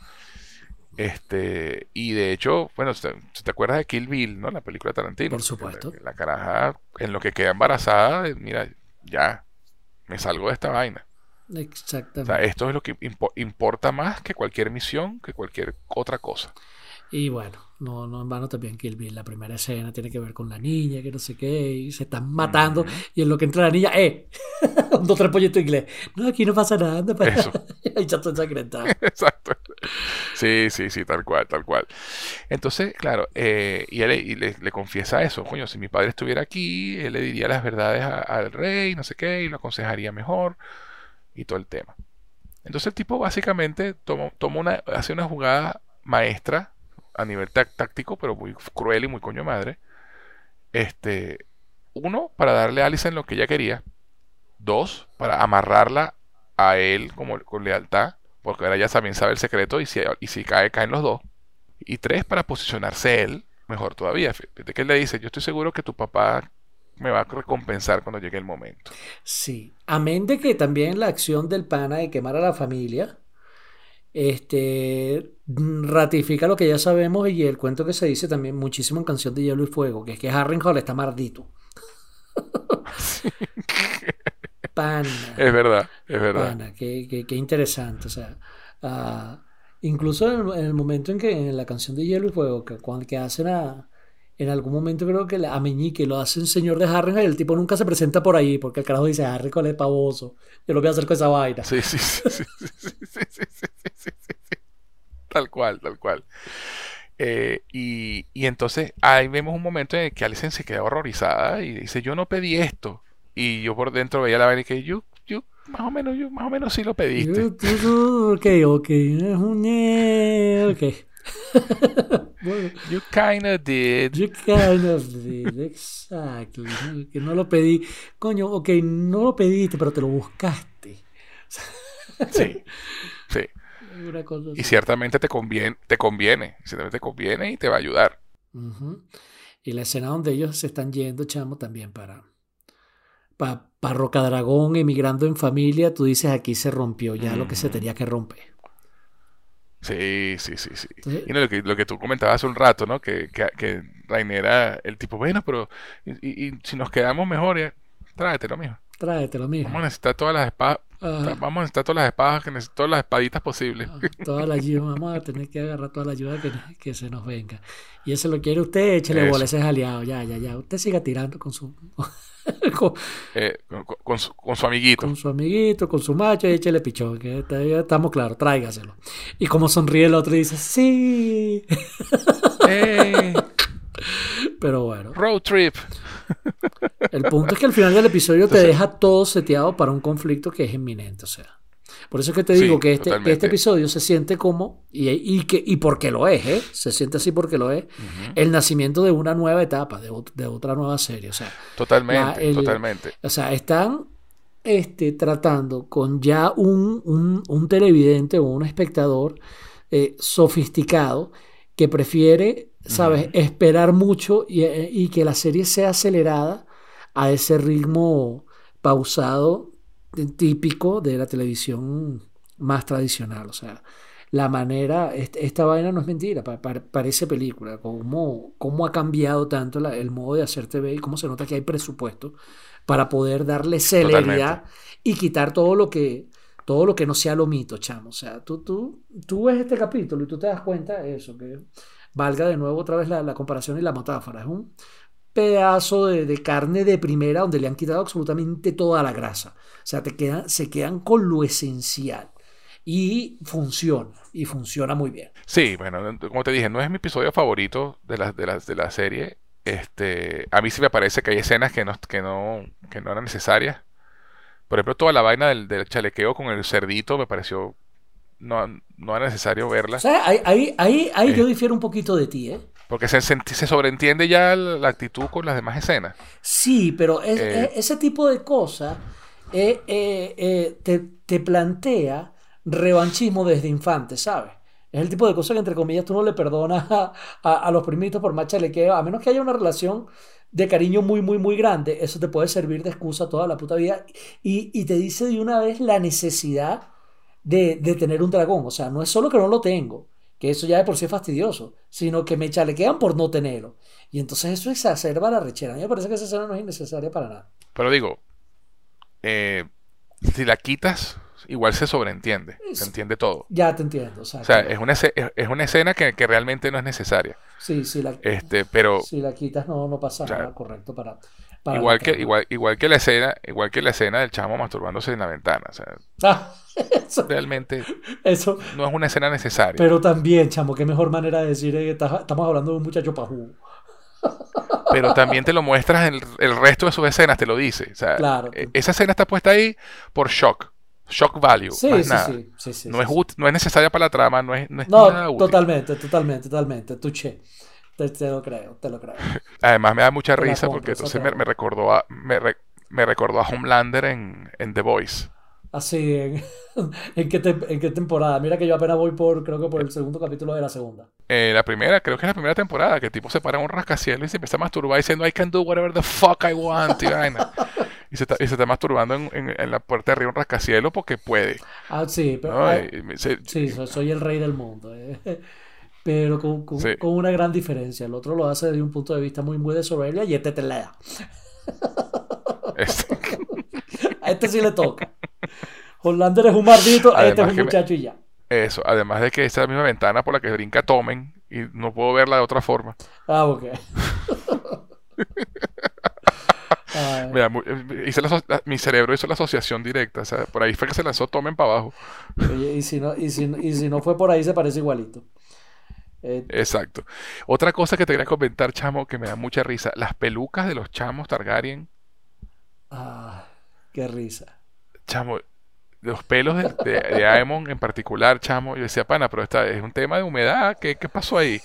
Speaker 1: Y de hecho, bueno, si te acuerdas de Kill Bill, ¿no? La película de Tarantino.
Speaker 2: Por supuesto.
Speaker 1: La caraja, en lo que queda embarazada, mira, ya, me salgo de esta vaina. O sea,
Speaker 2: Exactamente.
Speaker 1: esto es lo que importa más que cualquier misión, que cualquier otra cosa.
Speaker 2: Y bueno, no en vano también Kill Bill, la primera escena tiene que ver con la niña, que no sé qué, y se están matando,
Speaker 1: Ujú.
Speaker 2: y en lo que entra la niña, un, dos, tres pollitos inglés. No, aquí no pasa nada, anda para...
Speaker 1: Eso,
Speaker 2: y ya está ensangrentado.
Speaker 1: exacto. Sí, sí, sí, tal cual, tal cual. Entonces, claro, y él le confiesa eso, coño, si mi padre estuviera aquí, él le diría las verdades al rey, no sé qué, y lo aconsejaría mejor, y todo el tema. Entonces el tipo básicamente hace una jugada maestra a nivel táctico, pero muy cruel y muy coño madre. Este, uno, para darle a Alicent lo que ella quería. Dos, para amarrarla a él como con lealtad, porque ahora ya también sabe el secreto y si cae, caen los dos. Y tres, para posicionarse él mejor todavía. Fíjate que él le dice, yo estoy seguro que tu papá me va a recompensar cuando llegue el momento.
Speaker 2: Sí, amén de que también la acción del pana de quemar a la familia, ratifica lo que ya sabemos y el cuento que se dice también muchísimo en Canción de Hielo y Fuego, que es que Harrenhal está maldito.
Speaker 1: Es
Speaker 2: Pana,
Speaker 1: verdad, es verdad.
Speaker 2: pana, qué interesante. O sea, ah, incluso en el momento en que en la Canción de Hielo y Fuego, que cuando que hacen en algún momento creo que a Meñique lo hacen señor de Harrenhal y el tipo nunca se presenta por ahí porque el carajo dice Harrenhal es pavoso. Yo lo voy a hacer con esa vaina.
Speaker 1: Sí, sí, sí, sí, sí, sí, sí, sí, sí, sí, sí. Tal cual, tal cual. Y entonces ahí vemos un momento en el que Alicent se queda horrorizada y dice, yo no pedí esto. Y yo por dentro veía la vaina y que yo más o menos sí lo pediste.
Speaker 2: Ok, ok, es un... ok. Bueno,
Speaker 1: You kinda did.
Speaker 2: you kind of did, exactly. ¿No? Que no lo pedí. Coño, ok, no lo pediste, pero te lo buscaste.
Speaker 1: Sí, sí.
Speaker 2: Una cosa
Speaker 1: Y
Speaker 2: así.
Speaker 1: ciertamente ciertamente te conviene y te va a ayudar.
Speaker 2: Ujú. Y la escena donde ellos se están yendo, chamo, también para Rocadragón, emigrando en familia, tú dices aquí se rompió ya lo que se
Speaker 1: Ujú.
Speaker 2: tenía que romper.
Speaker 1: Sí, sí, sí, sí.
Speaker 2: Entonces,
Speaker 1: Y no, lo que tú comentabas hace un rato, ¿no? Que Rainera, el tipo, bueno, pero y si nos quedamos mejor, tráetelo, mijo.
Speaker 2: tráetelo,
Speaker 1: Vamos a
Speaker 2: mijo.
Speaker 1: necesitar todas las espadas,
Speaker 2: Ah,
Speaker 1: vamos a necesitar todas las espadas, todas las espaditas posibles.
Speaker 2: toda la ayuda, vamos a tener que agarrar toda la ayuda que se nos venga. Y eso lo quiere usted, échele bola,
Speaker 1: Eso.
Speaker 2: ese es aliado, ya. Usted siga tirando con su, con,
Speaker 1: Con su amiguito.
Speaker 2: con su amiguito, con su macho, y échele pichón, que ya estamos claros, tráigaselo. Y como sonríe el otro y dice, sí.
Speaker 1: ¡Eh!
Speaker 2: Pero bueno,
Speaker 1: Road trip.
Speaker 2: el punto es que al final del episodio te
Speaker 1: Entonces,
Speaker 2: deja todo seteado para un conflicto que es inminente, o sea. Por eso es que te digo
Speaker 1: sí,
Speaker 2: que este
Speaker 1: totalmente.
Speaker 2: episodio se siente como, y porque lo es, ¿eh? Se siente así porque lo es,
Speaker 1: Ujú.
Speaker 2: el nacimiento de una nueva etapa, de otra nueva serie. O sea,
Speaker 1: Totalmente, totalmente.
Speaker 2: están tratando con ya un televidente o un espectador sofisticado que prefiere, ¿sabes?,
Speaker 1: Ujú.
Speaker 2: esperar mucho y que la serie sea acelerada a ese ritmo pausado típico de la televisión más tradicional. O sea, la manera, esta vaina no es mentira, parece película, cómo ha cambiado tanto el modo de hacer TV y cómo se nota que hay presupuesto para poder darle
Speaker 1: Totalmente.
Speaker 2: celeridad y quitar todo lo que no sea lo mito, chamo. O sea, tú ves este capítulo y tú te das cuenta de eso, que valga de nuevo otra vez la comparación y la metáfora. Es un pedazo de carne de primera donde le han quitado absolutamente toda la grasa. O sea, se quedan con lo esencial. Y funciona muy bien.
Speaker 1: Sí, bueno, como te dije, no es mi episodio favorito de la serie, A mí sí me parece que hay escenas que no eran necesarias. Por ejemplo, toda la vaina del chalequeo con el cerdito me pareció no era necesario
Speaker 2: O
Speaker 1: verla.
Speaker 2: sea, ahí yo
Speaker 1: Eh,
Speaker 2: difiero un poquito de ti, ¿eh?
Speaker 1: Porque se sobreentiende ya la actitud con las demás escenas.
Speaker 2: Sí, pero
Speaker 1: Eh,
Speaker 2: ese tipo de cosas te plantea revanchismo desde infante, ¿sabes? Es el tipo de cosas que, entre comillas, tú no le perdonas a los primitos por más chalequeo, a menos que haya una relación de cariño muy, muy, muy grande. Eso te puede servir de excusa toda la puta vida. Y te dice de una vez la necesidad de tener un dragón. O sea, no es solo que no lo tengo, que eso ya de por sí es fastidioso, sino que me chalequean por no tenerlo. Y entonces eso exacerba la rechera. A mí me parece que esa escena no es innecesaria para nada.
Speaker 1: pero digo, eh, si la quitas, igual se sobreentiende. Se
Speaker 2: Es-
Speaker 1: entiende todo.
Speaker 2: ya te entiendo. O sea,
Speaker 1: O sea, es una escena que realmente no es necesaria.
Speaker 2: sí,
Speaker 1: Pero,
Speaker 2: si la quitas no pasa
Speaker 1: o sea,
Speaker 2: nada correcto para la trama.
Speaker 1: igual que la escena del chamo masturbándose en la ventana. O sea,
Speaker 2: Ah, eso,
Speaker 1: realmente
Speaker 2: eso.
Speaker 1: no es una escena necesaria.
Speaker 2: Pero también, chamo, qué mejor manera de decir que estamos hablando de un muchacho pajugo.
Speaker 1: Pero también te lo muestras en el resto de sus escenas, te lo dice. O sea,
Speaker 2: Claro.
Speaker 1: esa escena está puesta ahí por shock value,
Speaker 2: Sí,
Speaker 1: más
Speaker 2: sí,
Speaker 1: nada.
Speaker 2: sí, sí, sí,
Speaker 1: No
Speaker 2: sí,
Speaker 1: es,
Speaker 2: sí.
Speaker 1: no es necesaria para la trama, no es
Speaker 2: No,
Speaker 1: nada útil.
Speaker 2: totalmente, totalmente, totalmente. Tuché. Te lo creo, te lo creo.
Speaker 1: Además me da mucha
Speaker 2: Te la
Speaker 1: risa
Speaker 2: compro,
Speaker 1: porque
Speaker 2: esa te
Speaker 1: entonces
Speaker 2: la
Speaker 1: me
Speaker 2: compro.
Speaker 1: recordó me recordó a Homelander en The Voice.
Speaker 2: Así, ¿en qué temporada? Mira que yo apenas voy creo que por el segundo capítulo de la segunda.
Speaker 1: La primera, creo que es la primera temporada, que el tipo se para en un rascacielos y se empieza a masturbar diciendo I can do whatever the fuck I want y vaina. Y se está masturbando en la puerta de arriba de un rascacielos porque puede,
Speaker 2: Ah, sí, pero,
Speaker 1: ¿no?
Speaker 2: sí, soy el rey del mundo. Pero
Speaker 1: Sí,
Speaker 2: con una gran diferencia. El otro lo hace desde un punto de vista muy, muy de soberbia y este te lea.
Speaker 1: es-
Speaker 2: A este sí le toca. Hollander es un mardito, este es
Speaker 1: además
Speaker 2: un
Speaker 1: que
Speaker 2: muchacho y ya.
Speaker 1: eso, además de que esa es la misma ventana por la que brinca Tomen y no puedo verla de otra forma.
Speaker 2: Ah, ok. Ay,
Speaker 1: Mira, mi cerebro hizo la asociación directa, o sea, por ahí fue que se lanzó Tomen para abajo.
Speaker 2: oye, y si no fue por ahí, se parece igualito. Eh,
Speaker 1: Exacto. Otra cosa que te quería comentar, chamo, que me da mucha risa, las pelucas de los chamos Targaryen,
Speaker 2: ah, qué risa.
Speaker 1: chamo, los pelos de Aemon en particular, chamo, yo decía, pana, pero esta es un tema de humedad, qué pasó ahí?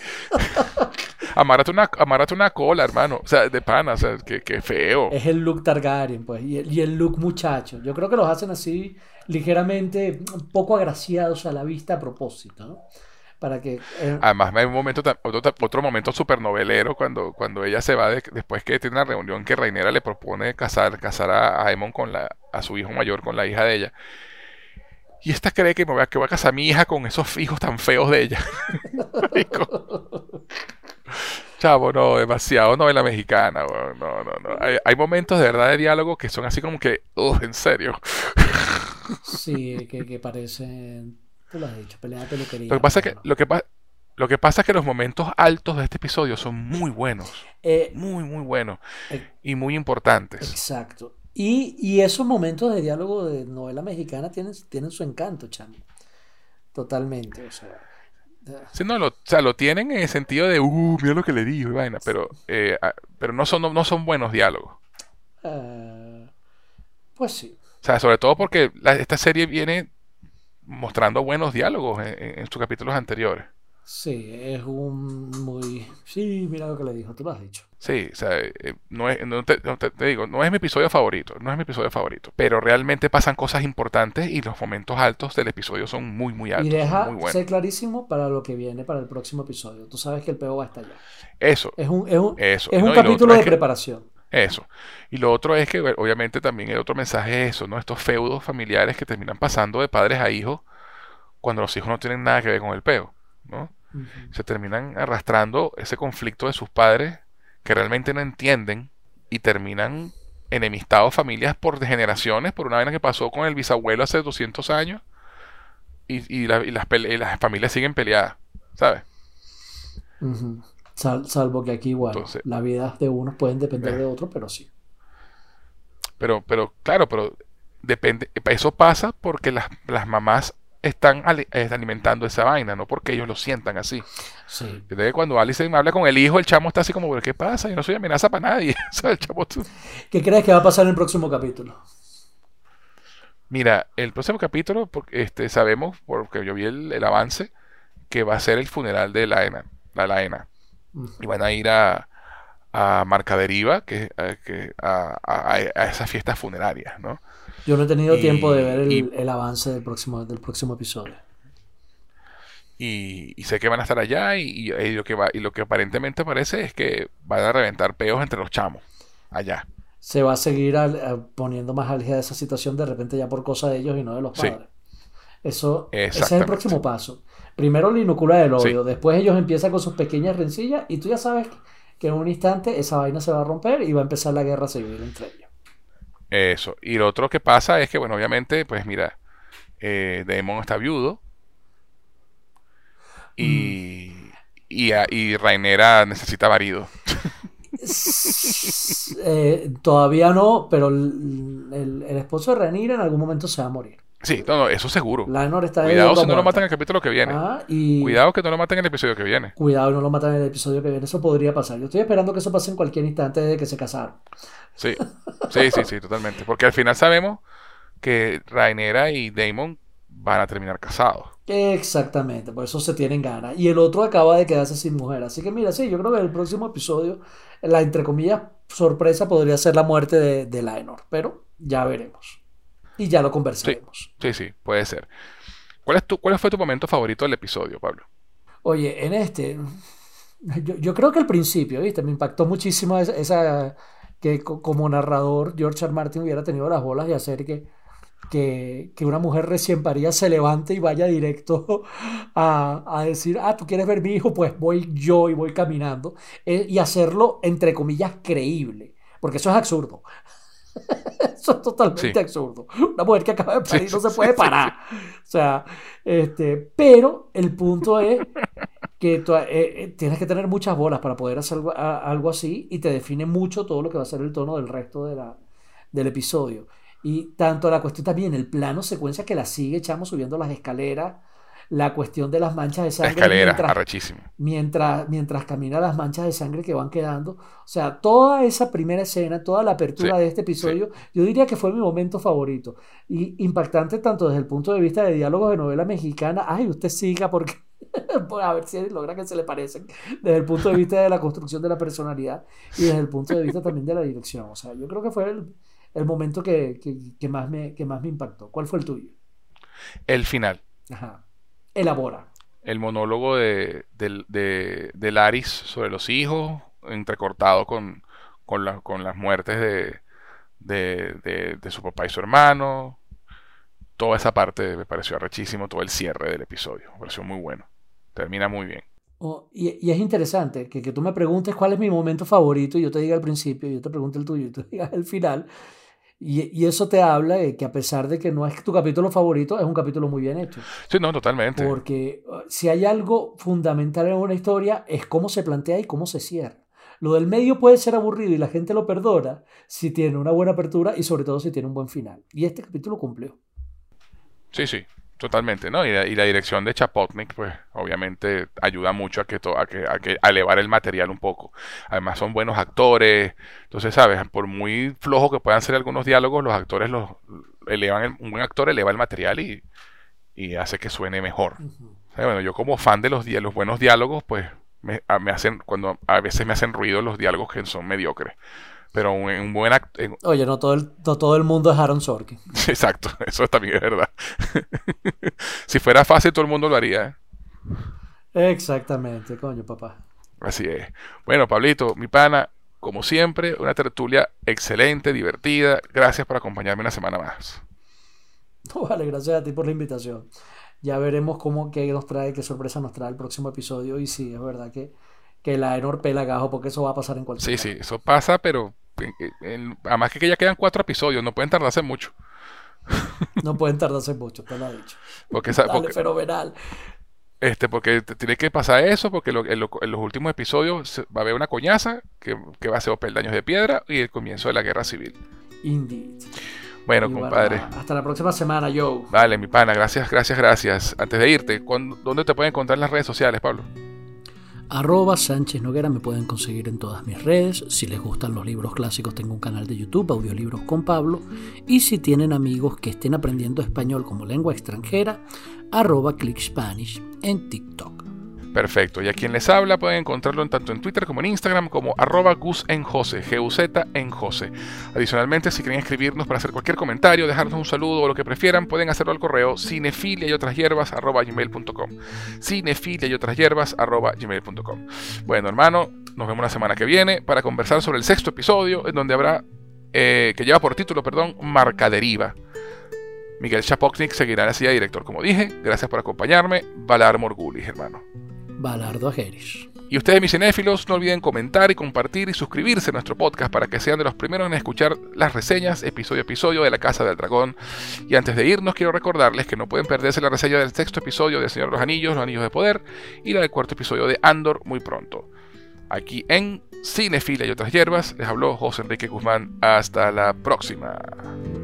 Speaker 1: Amárrate una cola, hermano, o sea, de pana, o sea, qué feo.
Speaker 2: Es el look Targaryen, pues, y el look muchacho. Yo creo que los hacen así ligeramente un poco agraciados a la vista a propósito, ¿no? Para que...
Speaker 1: Además, hay un momento, otro momento súper novelero cuando ella se va después que tiene una reunión que Rhaenyra le propone casar a Aemon a su hijo mayor con la hija de ella. Y esta cree que voy a casar a mi hija con esos hijos tan feos de ella. Marico, chavo, no, demasiado novela mexicana, weón, no. Hay momentos de verdad de diálogo que son así como que, en serio.
Speaker 2: sí, que parecen... Tú lo has dicho, pelea de
Speaker 1: Lo que
Speaker 2: peluquería,
Speaker 1: pasa es
Speaker 2: pero
Speaker 1: que,
Speaker 2: no.
Speaker 1: lo que pasa es que los momentos altos de este episodio son muy buenos,
Speaker 2: Eh,
Speaker 1: muy buenos
Speaker 2: eh,
Speaker 1: y muy importantes.
Speaker 2: exacto. Y esos momentos de diálogo de novela mexicana tienen su encanto, chamo. Totalmente, o sea.
Speaker 1: Sí, no, o sea, lo tienen en el sentido de, mira lo que le dijo y vaina, pero no son buenos diálogos.
Speaker 2: eh, pues sí.
Speaker 1: O sea, sobre todo porque esta serie viene mostrando buenos diálogos en sus capítulos anteriores.
Speaker 2: Sí, es un muy... Sí, mira lo que le dijo, tú lo has dicho.
Speaker 1: Sí, o sea, te digo, no es mi episodio favorito, no es mi episodio favorito, pero realmente pasan cosas importantes y los momentos altos del episodio son muy
Speaker 2: Y
Speaker 1: altos, son muy
Speaker 2: deja
Speaker 1: buenos.
Speaker 2: ser clarísimo para lo que viene para el próximo episodio. Tú sabes que el peo va a estallar.
Speaker 1: Eso,
Speaker 2: Es
Speaker 1: y
Speaker 2: un
Speaker 1: no, y lo otro
Speaker 2: capítulo
Speaker 1: es
Speaker 2: de
Speaker 1: que,
Speaker 2: preparación.
Speaker 1: eso. Y lo otro es que, bueno, obviamente también el otro mensaje es eso, ¿no? Estos feudos familiares que terminan pasando de padres a hijos cuando los hijos no tienen nada que ver con el peo, ¿no?
Speaker 2: Ujú.
Speaker 1: Se terminan arrastrando ese conflicto de sus padres que realmente no entienden y terminan enemistados familias por generaciones, por una vaina que pasó con el bisabuelo hace 200 años y las familias siguen peleadas, ¿sabes?
Speaker 2: Ujú. Salvo que aquí, bueno,
Speaker 1: Entonces,
Speaker 2: la vida de unos pueden depender
Speaker 1: eh,
Speaker 2: de otros, pero sí.
Speaker 1: claro, pero depende, eso pasa porque las mamás están alimentando esa vaina, no porque ellos lo sientan así.
Speaker 2: Sí.
Speaker 1: Entonces, cuando Alicent habla con el hijo, el chamo está así como, ¿pero qué pasa? Yo no soy amenaza para nadie. O sea, el chamo,
Speaker 2: ¿Qué crees que va a pasar en el próximo capítulo?
Speaker 1: Mira, el próximo capítulo, sabemos, porque yo vi el avance, que va a ser el funeral de la Laena. Y van a ir a Marcaderiva, a esas fiestas funerarias, ¿no?
Speaker 2: Yo no he tenido tiempo de ver
Speaker 1: Y,
Speaker 2: el avance del próximo episodio.
Speaker 1: y sé que van a estar allá y lo que aparentemente parece es que van a reventar peos entre los chamos allá.
Speaker 2: Se va a seguir poniendo más álgida esa situación de repente ya por cosa de ellos y no de los
Speaker 1: Sí,
Speaker 2: padres. Ese es el
Speaker 1: exactamente.
Speaker 2: próximo paso. Primero la inocula del
Speaker 1: Sí,
Speaker 2: odio, después ellos empiezan con sus pequeñas rencillas y tú ya sabes que en un instante esa vaina se va a romper y va a empezar la guerra civil entre ellos.
Speaker 1: eso. Y lo otro que pasa es que, bueno, obviamente, pues mira, Daemon está viudo
Speaker 2: Mm.
Speaker 1: y Rhaenyra necesita marido.
Speaker 2: Todavía no, pero el esposo de Rhaenyra en algún momento se va a morir.
Speaker 1: Sí, no, no, eso seguro.
Speaker 2: Laenor está
Speaker 1: Cuidado
Speaker 2: hediondo a
Speaker 1: si no lo matan en
Speaker 2: muerte.
Speaker 1: el capítulo que viene.
Speaker 2: Ah, y
Speaker 1: Cuidado que no lo maten en el episodio que viene.
Speaker 2: cuidado, no lo matan en el episodio que viene. Eso podría pasar. Yo estoy esperando que eso pase en cualquier instante desde que se casaron.
Speaker 1: Sí, sí, totalmente. Porque al final sabemos que Rhaenyra y Daemon van a terminar casados.
Speaker 2: Exactamente, por eso se tienen ganas. Y el otro acaba de quedarse sin mujer. Así que mira, sí, yo creo que el próximo episodio, la entre comillas sorpresa podría ser la muerte de Laenor. Pero ya veremos. Y ya lo
Speaker 1: Sí,
Speaker 2: conversaremos.
Speaker 1: sí, puede ser. ¿Cuál fue tu momento favorito del episodio, Pablo?
Speaker 2: Oye, en este, yo creo que al principio, ¿viste? Me impactó muchísimo que como narrador George R. Martin hubiera tenido las bolas de hacer que una mujer recién parida se levante y vaya directo a decir, tú quieres ver mi hijo, pues voy yo y voy caminando. Y hacerlo, entre comillas, creíble. Porque eso es absurdo. Eso es
Speaker 1: Sí,
Speaker 2: totalmente absurdo. Una mujer que acaba de
Speaker 1: sí,
Speaker 2: parir no se
Speaker 1: sí,
Speaker 2: puede
Speaker 1: sí, sí.
Speaker 2: parar. O sea, pero el punto es que tienes que tener muchas bolas para poder hacer algo así y te define mucho todo lo que va a ser el tono del resto del episodio. Y tanto la cuestión también, el plano secuencia que la sigue, echamos subiendo las escaleras, la cuestión de las manchas de
Speaker 1: La
Speaker 2: sangre
Speaker 1: escalera, arrechísimo.
Speaker 2: mientras camina las manchas de sangre que van quedando. O sea, toda esa primera escena, toda la
Speaker 1: Sí,
Speaker 2: apertura de este
Speaker 1: sí.
Speaker 2: episodio, yo diría que fue mi momento favorito. Y impactante tanto desde el punto de vista de diálogos de novela mexicana. Ay, usted siga porque pues a ver si logra que se le parecen. Desde el punto de vista de la construcción de la personalidad y desde el punto de vista también de la dirección. O sea, yo creo que fue el momento que más me impactó. ¿Cuál fue el tuyo?
Speaker 1: El final.
Speaker 2: Ajá. Elabora.
Speaker 1: El monólogo de Laris sobre los hijos, entrecortado con las muertes de su papá y su hermano. Toda esa parte me pareció arrechísimo, todo el cierre del episodio. Me pareció muy bueno. Termina muy bien.
Speaker 2: Y es interesante que tú me preguntes cuál es mi momento favorito y yo te diga al principio, y yo te pregunte el tuyo y tú digas el final. Y eso te habla de que a pesar de que no es tu capítulo favorito, es un capítulo muy bien hecho.
Speaker 1: Sí, no, totalmente.
Speaker 2: Porque si hay algo fundamental en una historia es cómo se plantea y cómo se cierra. Lo del medio puede ser aburrido y la gente lo perdona si tiene una buena apertura y sobre todo si tiene un buen final. Y este capítulo cumplió.
Speaker 1: Sí, totalmente, ¿no? Y la dirección de Chapotnik, pues, obviamente ayuda mucho a elevar el material un poco. Además son buenos actores, entonces, ¿sabes? Por muy flojo que puedan ser algunos diálogos, los actores los elevan, un buen actor eleva el material y hace que suene mejor.
Speaker 2: Ujú.
Speaker 1: O sea, bueno, yo como fan de los buenos diálogos, pues, me hacen, cuando a veces me hacen ruido los diálogos que son mediocres. Pero un buen actor.
Speaker 2: Oye, no todo el mundo es Aaron Sorkin.
Speaker 1: Exacto, eso también es verdad. Si fuera fácil, todo el mundo lo haría, ¿eh?
Speaker 2: Exactamente, coño, papá.
Speaker 1: Así es. Bueno, Pablito, mi pana, como siempre, una tertulia excelente, divertida. Gracias por acompañarme una semana más.
Speaker 2: Vale, gracias a ti por la invitación. Ya veremos qué nos trae, qué sorpresa nos trae el próximo episodio y si es verdad que la Enor pela gajo porque eso va a pasar en cualquier
Speaker 1: Sí, sí,
Speaker 2: lado.
Speaker 1: eso pasa, pero además que ya quedan 4 episodios, no pueden tardarse mucho.
Speaker 2: No pueden tardarse mucho, te lo ha dicho.
Speaker 1: Porque,
Speaker 2: Dale, fenomenal.
Speaker 1: porque tiene que pasar eso, porque en los últimos episodios va a haber una coñaza que va a ser peldaños de piedra y el comienzo de la guerra civil.
Speaker 2: Indeed.
Speaker 1: Bueno,
Speaker 2: Y
Speaker 1: compadre.
Speaker 2: hasta la próxima semana, Joe.
Speaker 1: Vale, mi pana, gracias. Antes de irte, ¿dónde te pueden encontrar en las redes sociales, Pablo?
Speaker 2: @Sánchez Noguera, me pueden conseguir en todas mis redes. Si les gustan los libros clásicos, tengo un canal de YouTube, Audiolibros con Pablo. Y si tienen amigos que estén aprendiendo español como lengua extranjera, @ClickSpanish en TikTok.
Speaker 1: Perfecto, y a quien les habla pueden encontrarlo tanto en Twitter como en Instagram como @GuzEnJose, G-U-Z en Jose. Adicionalmente, si quieren escribirnos para hacer cualquier comentario, dejarnos un saludo o lo que prefieran, pueden hacerlo al correo cinefiliayotrasyherbas@gmail.com. cinefiliayotrasyherbas@gmail.com. Bueno, hermano, nos vemos la semana que viene para conversar sobre el 6º episodio, en donde habrá, que lleva por título, Marcaderiva. Miguel Chapoknik seguirá en la silla de director, como dije. Gracias por acompañarme. Valar Morgulis, hermano.
Speaker 2: Balardo Ajeris.
Speaker 1: Y ustedes, mis cinéfilos, no olviden comentar y compartir y suscribirse a nuestro podcast para que sean de los primeros en escuchar las reseñas episodio a episodio de La Casa del Dragón. Y antes de irnos, quiero recordarles que no pueden perderse la reseña del 6º episodio de El Señor de los Anillos, Los Anillos de Poder, y la del 4º episodio de Andor muy pronto. Aquí en Cinefilia y otras hierbas, les habló José Enrique Guzmán. Hasta la próxima.